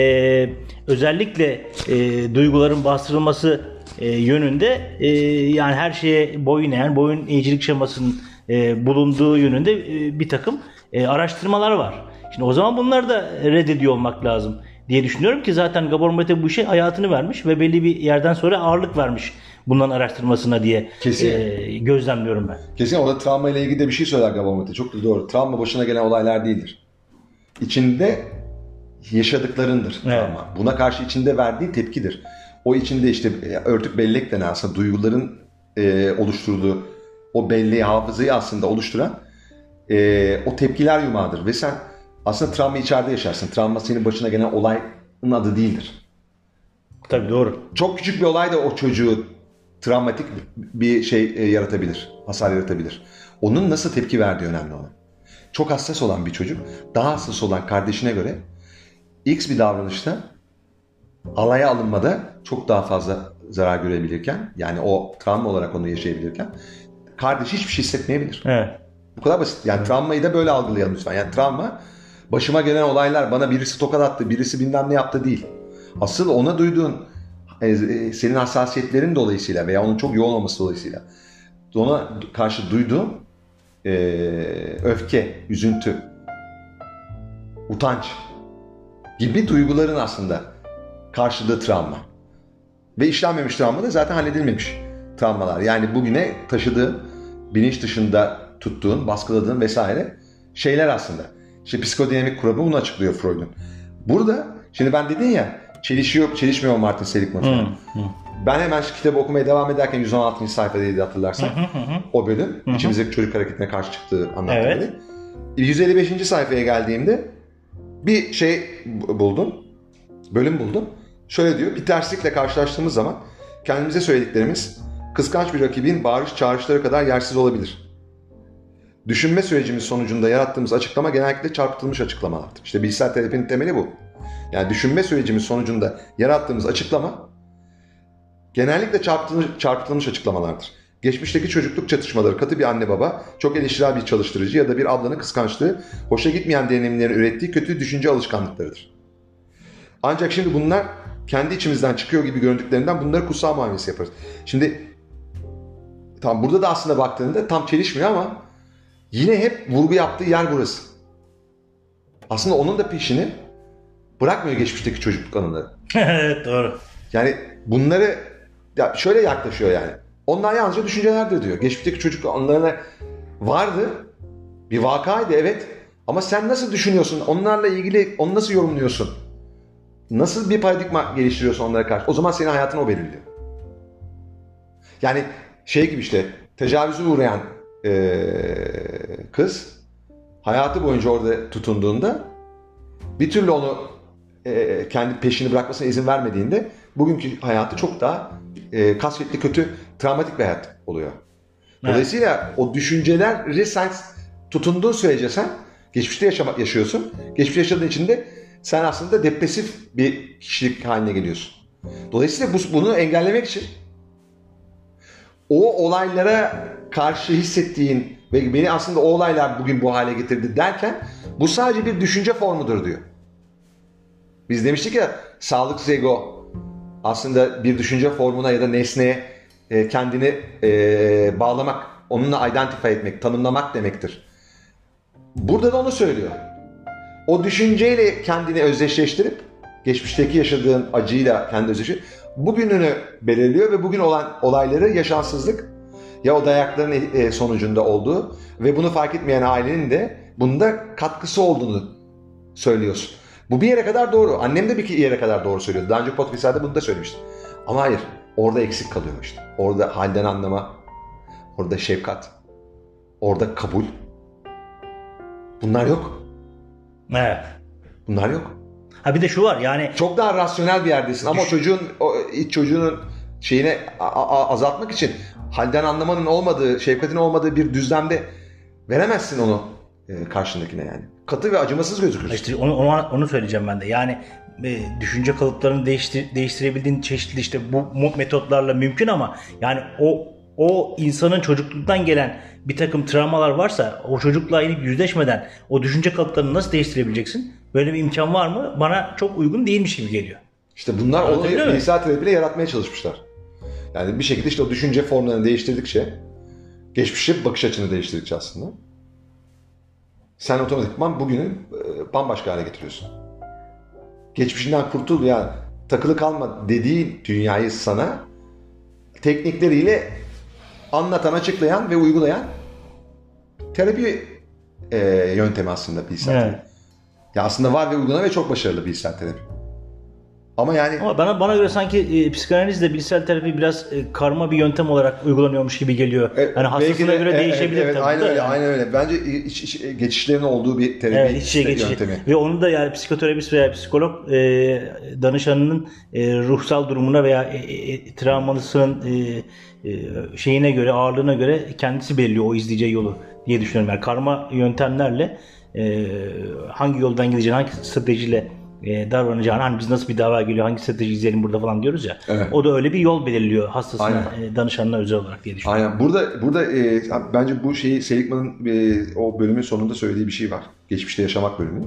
Speaker 3: özellikle duyguların bastırılması yönünde yani her şeye boyun eğen, boyun eğicilik şemasının bulunduğu yönünde bir takım araştırmalar var. Şimdi o zaman bunları da reddediyor olmak lazım diye düşünüyorum ki zaten Gabor Mate bu işe hayatını vermiş ve belli bir yerden sonra ağırlık vermiş bunların araştırmasına diye gözlemliyorum ben.
Speaker 2: Kesin orada travma ile ilgili de bir şey söyler Gabor Mate. Çok da doğru. Travma başına gelen olaylar değildir. İçinde yaşadıklarındır travma. Evet. Buna karşı içinde verdiği tepkidir. O içinde işte örtük bellek denen aslında duyguların oluşturduğu o belleği, hafızayı aslında oluşturan o tepkiler yumağıdır. Ve sen aslında travma içeride yaşarsın. Travma senin başına gelen olayın adı değildir.
Speaker 3: Tabii doğru.
Speaker 2: Çok küçük bir olay da o çocuğu travmatik bir şey yaratabilir. Hasar yaratabilir. Onun nasıl tepki verdiği önemli olan. Çok hassas olan bir çocuk daha hassas olan kardeşine göre X bir davranışta alaya alınmada çok daha fazla zarar görebilirken yani o travma olarak onu yaşayabilirken kardeş hiçbir şey hissetmeyebilir.
Speaker 3: Evet.
Speaker 2: Bu kadar basit. Yani travmayı da böyle algılayalım lütfen. Yani travma başıma gelen olaylar bana birisi tokat attı, birisi bilmem ne yaptı değil. Asıl ona duyduğun senin hassasiyetlerin dolayısıyla veya onun çok yoğun olması dolayısıyla ona karşı duyduğun öfke, üzüntü, utanç gibi duyguların aslında karşılığı travma. Ve işlenmemiş travma da zaten halledilmemiş travmalar. Yani bugüne taşıdığın, bilinç dışında tuttuğun, baskıladığın vesaire şeyler aslında. İşte psikodinamik kuramı bunu açıklıyor Freud'un. Burada şimdi ben dedin ya çelişmiyor Martin Seligman. Ben hemen şu kitabı okumaya devam ederken 116. sayfadaydı hatırlarsan. O bölüm içimizdeki çocuk hareketine karşı çıktığı anlattığım. Evet. 155. sayfaya geldiğimde bir şey buldum. Bölüm buldum. Şöyle diyor. Bir terslikle karşılaştığımız zaman kendimize söylediklerimiz kıskanç bir rakibin bağırış çağrışları kadar yersiz olabilir. Düşünme sürecimiz sonucunda yarattığımız açıklama genellikle çarpıtılmış açıklamalardır. İşte bilgisayar terapinin temeli bu. Yani düşünme sürecimiz sonucunda yarattığımız açıklama genellikle çarpıtılmış açıklamalardır. Geçmişteki çocukluk çatışmaları, katı bir anne baba, çok eleştirel bir çalıştırıcı ya da bir ablanın kıskançlığı, hoşa gitmeyen deneyimlerin ürettiği kötü düşünce alışkanlıklarıdır. Ancak şimdi bunlar kendi içimizden çıkıyor gibi göründüklerinden bunları kutsal muamelesi yaparız. Şimdi burada da aslında baktığında tam çelişmiyor ama yine hep vurgu yaptığı yer burası.
Speaker 1: aslında onun da peşini bırakmıyor geçmişteki çocukluk anıları.
Speaker 3: Evet, doğru.
Speaker 1: Yani bunları ya şöyle yaklaşıyor yani. Onlar yalnızca düşüncelerdir diyor. Geçmişteki çocukluk anılarına vardı. Bir vakaydı evet. Ama sen nasıl düşünüyorsun? Onlarla ilgili onu nasıl yorumluyorsun? Nasıl bir paradigma geliştiriyorsun onlara karşı? O zaman senin hayatını o belirliyor. Yani şey gibi işte tecavüze uğrayan kız hayatı boyunca orada tutunduğunda bir türlü onu kendi peşini bırakmasına izin vermediğinde bugünkü hayatı çok daha kasvetli, kötü, travmatik bir hayat oluyor. Dolayısıyla o düşünceleri sen tutunduğun sürece sen geçmişte yaşıyorsun. Geçmişte yaşadığın için de sen aslında depresif bir kişilik haline geliyorsun. Dolayısıyla bunu engellemek için o olaylara karşı hissettiğin ve beni aslında o olaylar bugün bu hale getirdi derken bu sadece bir düşünce formudur diyor. Biz demiştik ya sağlıksız ego aslında bir düşünce formuna ya da nesneye kendini bağlamak, onunla identify etmek, tanımlamak demektir. Burada da onu söylüyor. O düşünceyle kendini özdeşleştirip, geçmişteki yaşadığın acıyla kendini özdeşleştirip, bugününü belirliyor ve bugün olan olayları yaşansızlık ya o dayakların sonucunda olduğu ve bunu fark etmeyen ailenin de bunda katkısı olduğunu söylüyorsun. Bu bir yere kadar doğru. Annem de bir yere kadar doğru söylüyordu. Daha önce podcastlerde bunu da söylemiştim. Ama hayır. Orada eksik kalıyormuş. Orada halden anlama, orada şefkat, orada kabul. Bunlar yok.
Speaker 3: Evet.
Speaker 1: Bunlar yok.
Speaker 3: Ha bir de şu var yani.
Speaker 1: Çok daha rasyonel bir yerdesin ama iç çocuğunun şeyini azaltmak için halden anlamanın olmadığı, şefkatin olmadığı bir düzlemde veremezsin onu karşındakine yani. Katı ve acımasız gözükür.
Speaker 3: İşte onu söyleyeceğim ben de. Yani düşünce kalıplarını değiştirebildiğin çeşitli işte bu metotlarla mümkün ama yani o insanın çocukluktan gelen bir takım travmalar varsa o çocukla inip yüzleşmeden o düşünce kalıplarını nasıl değiştirebileceksin? Böyle bir imkan var mı? Bana çok uygun değilmiş gibi geliyor.
Speaker 1: İşte bunlar onu bilgisayar terapiyle yaratmaya çalışmışlar. Yani bir şekilde işte o düşünce formlarını değiştirdikçe, geçmişe bakış açını değiştirdikçe aslında sen otomatikman bugünü bambaşka hale getiriyorsun. Geçmişinden kurtul ya takılı kalma dediği dünyayı sana teknikleriyle anlatan, açıklayan ve uygulayan terapi yöntemi aslında bilgisayar terapi. Ya aslında var ve uygulanan ve çok başarılı bilgisayar terapi. Ama yani
Speaker 3: bana göre sanki psikanalizle bilgisayar terapi biraz karma bir yöntem olarak uygulanıyormuş gibi geliyor. Yani hastasına göre değişebilir
Speaker 1: evet,
Speaker 3: tabii.
Speaker 1: Aynen öyle. Bence geçişlerin olduğu bir terapi yöntemi.
Speaker 3: Ve onu da yani psikoterapist veya psikolog danışanının ruhsal durumuna veya travmasının şeyine göre, ağırlığına göre kendisi belirliyor o izleyeceği yolu diye düşünüyorum. Yani karma yöntemlerle hangi yoldan gideceğini, hangi stratejiyle davranacağını, hani biz nasıl bir dava geliyor, hangi strateji izleyelim burada falan diyoruz ya. Evet. O da öyle bir yol belirliyor hastasına, danışanına özel olarak diye düşünüyorum.
Speaker 1: Aynen. Burada bence bu şeyi Seligman'ın o bölümün sonunda söylediği bir şey var. Geçmişte yaşamak bölümü.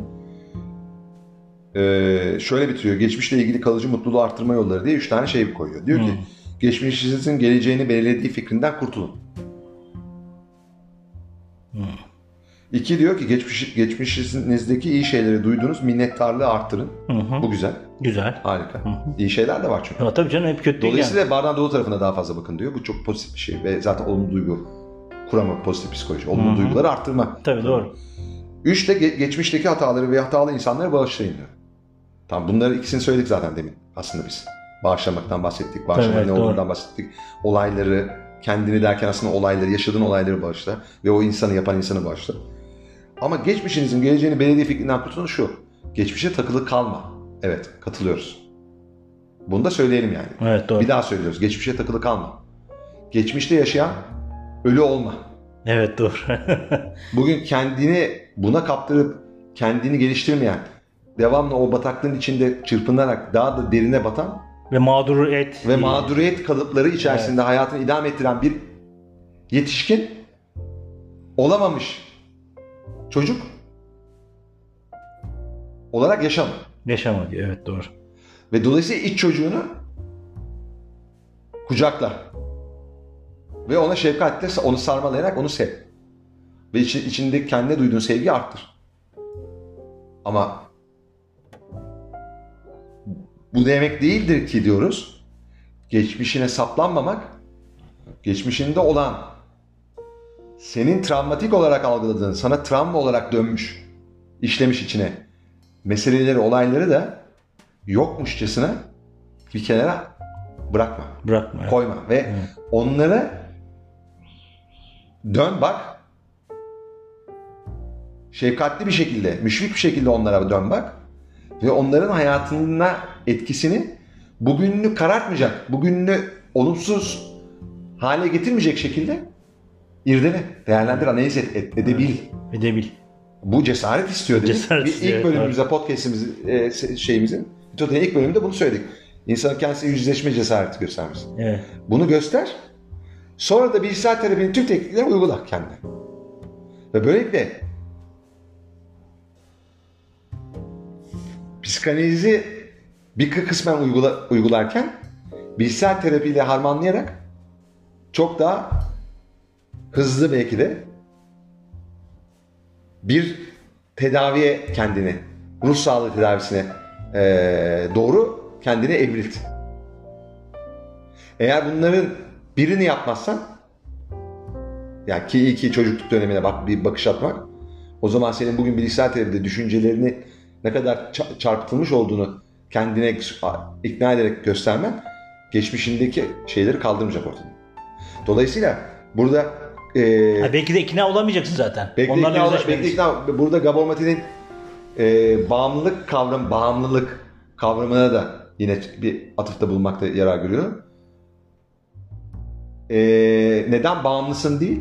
Speaker 1: Şöyle bitiriyor. Geçmişle ilgili kalıcı mutluluğu arttırma yolları diye 3 tane şey koyuyor. Diyor ki geçmişinizin geleceğini belirlediği fikrinden kurtulun. 2 diyor ki geçmişinizdeki iyi şeyleri duyduğunuz minnettarlığı arttırın. Bu güzel.
Speaker 3: Güzel.
Speaker 1: Harika. İyi şeyler de var çünkü.
Speaker 3: Ya, tabii canım hep kötü değil.
Speaker 1: Dolayısıyla
Speaker 3: yani.
Speaker 1: bardağın dolu tarafına daha fazla bakın diyor. Bu çok pozitif bir şey ve zaten olumlu duygu kurama, pozitif psikoloji. Olumlu duyguları arttırma.
Speaker 3: Tabii doğru.
Speaker 1: 3 de geçmişteki hataları ve hatalı insanları bağışlayın diyor. Tamam bunları ikisini söyledik zaten demin aslında biz. Bağışlamaktan bahsettik, bağışlamanın ne olduğundan bahsettik. Olayları, kendini derken aslında olayları, yaşadığın olayları bağışla ve o insanı yapan insanı bağışla. Ama geçmişinizin geleceğini belediye fikrinden kurtulun şu. Geçmişe takılı kalma. Evet, katılıyoruz. Bunu da söyleyelim yani.
Speaker 3: Evet, doğru.
Speaker 1: Bir daha söylüyoruz. Geçmişe takılı kalma. Geçmişte yaşayan ölü olma.
Speaker 3: Evet, doğru.
Speaker 1: Bugün kendini buna kaptırıp kendini geliştirmeyen, devamlı o bataklığın içinde çırpınarak daha da derine batan
Speaker 3: ve
Speaker 1: mağduriyet kalıpları içerisinde hayatını idame ettiren bir yetişkin olamamış çocuk olarak
Speaker 3: yaşama diyor. Evet, doğru.
Speaker 1: Ve dolayısıyla iç çocuğunu kucakla ve ona şefkatle onu sarmalayarak onu sev ve içinde kendine duyduğun sevgiyi arttır.
Speaker 2: Ama bu demek değildir ki diyoruz. Geçmişine saplanmamak, geçmişinde olan senin travmatik olarak algıladığın, sana travma olarak dönmüş, işlemiş içine meseleleri, olayları da yokmuşçasına bir kenara bırakma.
Speaker 3: Bırakma.
Speaker 2: Koyma ve onlara dön bak. Şefkatli bir şekilde, müşfik bir şekilde onlara dön bak. Ve onların hayatına etkisini bugününü karartmayacak, bugününü olumsuz hale getirmeyecek şekilde irdele, değerlendir, analiz edebil.
Speaker 3: Edebil.
Speaker 2: Bu cesaret istiyor dedik.
Speaker 3: Cesaret istiyor,
Speaker 2: İlk bölümümüzde podcast'imizin Mitote'nin ilk bölümünde bunu söyledik. İnsanın kendisiyle yüzleşme cesareti göstermesi.
Speaker 3: Evet.
Speaker 2: Bunu göster. Sonra da bilgisayar terapinin tüm tekniklerini uygula kendine. Ve böylelikle psikanalizi bir kısmen uygularken bilgisayar terapiyle harmanlayarak çok daha hızlı belki de bir tedaviye kendini, ruh sağlığı tedavisine doğru kendini evrilt. Eğer bunların birini yapmazsan, yani ki iyi ki çocukluk dönemine bir bakış atmak, o zaman senin bugün bilgisayar terapide düşüncelerini ne kadar çarpıtılmış olduğunu kendine ikna ederek göstermen geçmişindeki şeyleri kaldırmayacak ortadan. Dolayısıyla burada
Speaker 3: belki de ikna olamayacaksın zaten.
Speaker 2: Burada Gabor Mate'nin bağımlılık kavramına da yine bir atıfta bulunmakta yarar görüyorum. Neden bağımlısın değil,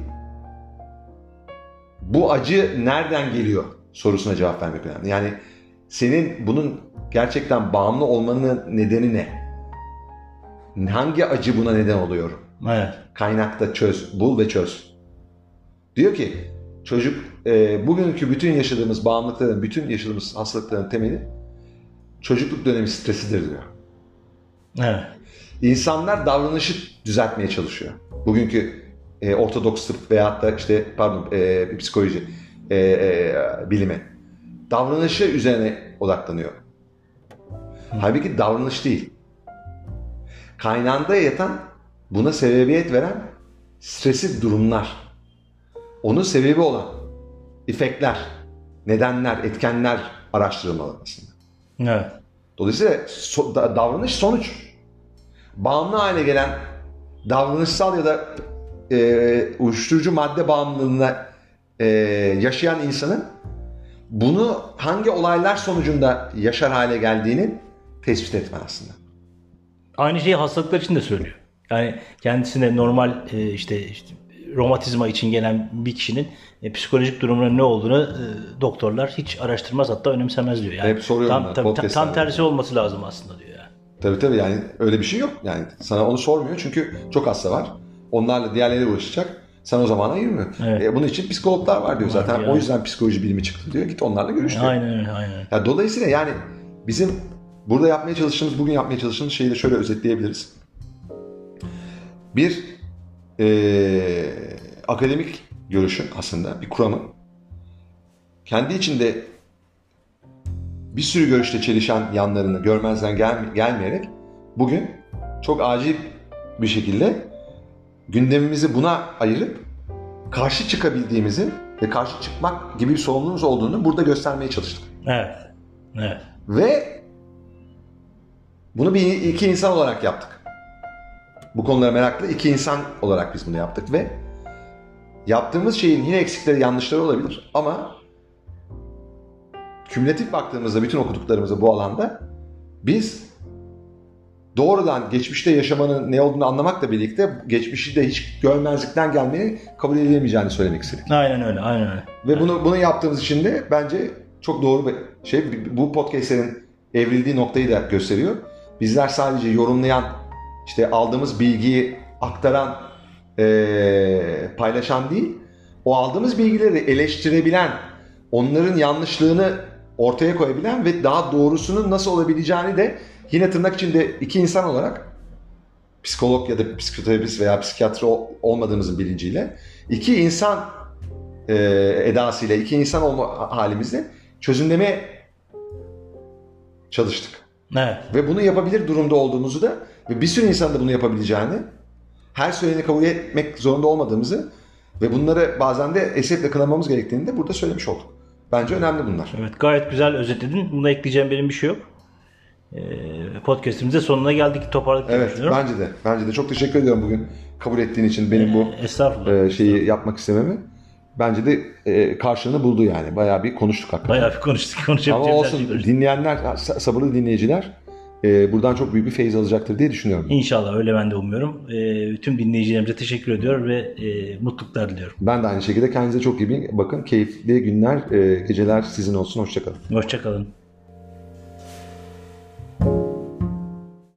Speaker 2: bu acı nereden geliyor sorusuna cevap vermek önemli. Yani senin bunun gerçekten bağımlı olmanın nedeni ne? Hangi acı buna neden oluyor?
Speaker 3: Evet.
Speaker 2: Kaynakta bul ve çöz. Diyor ki çocuk bugünkü bütün yaşadığımız bağımlılıkların, bütün yaşadığımız hastalıkların temeli çocukluk dönemi stresidir diyor.
Speaker 3: Evet.
Speaker 2: İnsanlar davranışı düzeltmeye çalışıyor. Bugünkü ortodoks tıp veyahut da psikoloji bilimi davranışı üzerine odaklanıyor. Halbuki davranış değil. Kaynağında yatan, buna sebebiyet veren stresif durumlar. Onun sebebi olan efektler, nedenler, etkenler araştırılmalı aslında.
Speaker 3: Evet.
Speaker 2: Dolayısıyla davranış sonuç. Bağımlı hale gelen davranışsal ya da uyuşturucu madde bağımlılığına yaşayan insanın bunu hangi olaylar sonucunda yaşar hale geldiğini tespit etmen aslında.
Speaker 3: Aynı şeyi hastalıklar için de söylüyor. Yani kendisine normal işte romatizma için gelen bir kişinin psikolojik durumunun ne olduğunu doktorlar hiç araştırmaz, hatta önemsemez diyor. Yani
Speaker 2: hep soruyorum
Speaker 3: tam tersi olması lazım aslında diyor yani.
Speaker 2: Tabii yani öyle bir şey yok. Yani sana onu sormuyor çünkü çok hasta var. Onlarla diğerleri uğraşacak. Sen o zaman ayırmıyor. Evet. Bunun için psikologlar var diyor zaten. Yani. O yüzden psikoloji bilimi çıktı diyor. Git onlarla görüş diyor.
Speaker 3: Aynen öyle.
Speaker 2: Yani dolayısıyla yani bizim burada bugün yapmaya çalıştığımız şeyi de şöyle özetleyebiliriz. Bir akademik görüşün aslında, bir kuramın kendi içinde bir sürü görüşte çelişen yanlarını görmezden gelmeyerek bugün çok acil bir şekilde gündemimizi buna ayırıp karşı çıkabildiğimizi ve karşı çıkmak gibi bir sorumluluğumuz olduğunu burada göstermeye çalıştık.
Speaker 3: Evet.
Speaker 2: Ve bunu iki insan olarak yaptık. Bu konulara meraklı iki insan olarak biz bunu yaptık ve yaptığımız şeyin yine eksikleri, yanlışları olabilir ama kümülatif baktığımızda bütün okuduklarımızı bu alanda biz doğrudan geçmişte yaşamanın ne olduğunu anlamakla birlikte geçmişi de hiç görmezlikten gelmeyi kabul edilemeyeceğini söylemek istedik.
Speaker 3: Aynen öyle.
Speaker 2: Ve bunu yaptığımız için de bence çok doğru bir şey. Bu podcastlerin evrildiği noktayı da gösteriyor. Bizler sadece yorumlayan, işte aldığımız bilgiyi aktaran, paylaşan değil, o aldığımız bilgileri eleştirebilen, onların yanlışlığını ortaya koyabilen ve daha doğrusunun nasıl olabileceğini de yine tırnak içinde iki insan olarak, psikolog ya da psikoterapist veya psikiyatri olmadığımızın bilinciyle, iki insan edasıyla, iki insan olma halimizle çözümleme çalıştık.
Speaker 3: Evet.
Speaker 2: Ve bunu yapabilir durumda olduğumuzu da ve bir sürü insan da bunu yapabileceğini, her söyleyeni kabul etmek zorunda olmadığımızı ve bunları bazen de esefle kınamamız gerektiğini de burada söylemiş olduk. Bence önemli bunlar.
Speaker 3: Evet, gayet güzel özetledin. Buna ekleyeceğim benim bir şey yok. Podcast'imize sonuna geldik. Toparladık diye
Speaker 2: Evet,
Speaker 3: düşünüyorum.
Speaker 2: bence de. Bence de. Çok teşekkür ediyorum bugün kabul ettiğin için benim bu
Speaker 3: Estağfurullah.
Speaker 2: şeyi yapmak istememi. Bence de karşılığını buldu yani. Bayağı bir konuştuk hakikaten.
Speaker 3: Bayağı bir konuştuk.
Speaker 2: Ama
Speaker 3: Konuşabileceğimiz her
Speaker 2: olsun,
Speaker 3: şeyi konuştuk.
Speaker 2: dinleyenler, sabırlı dinleyiciler buradan çok büyük bir feyiz alacaktır diye düşünüyorum.
Speaker 3: İnşallah öyle ben de umuyorum. Tüm dinleyicilerimize teşekkür ediyor ve mutluluklar diliyorum.
Speaker 2: Ben de aynı şekilde kendinize çok iyi bakın. Keyifli günler, geceler sizin olsun. Hoşça kalın.
Speaker 3: Hoşça kalın.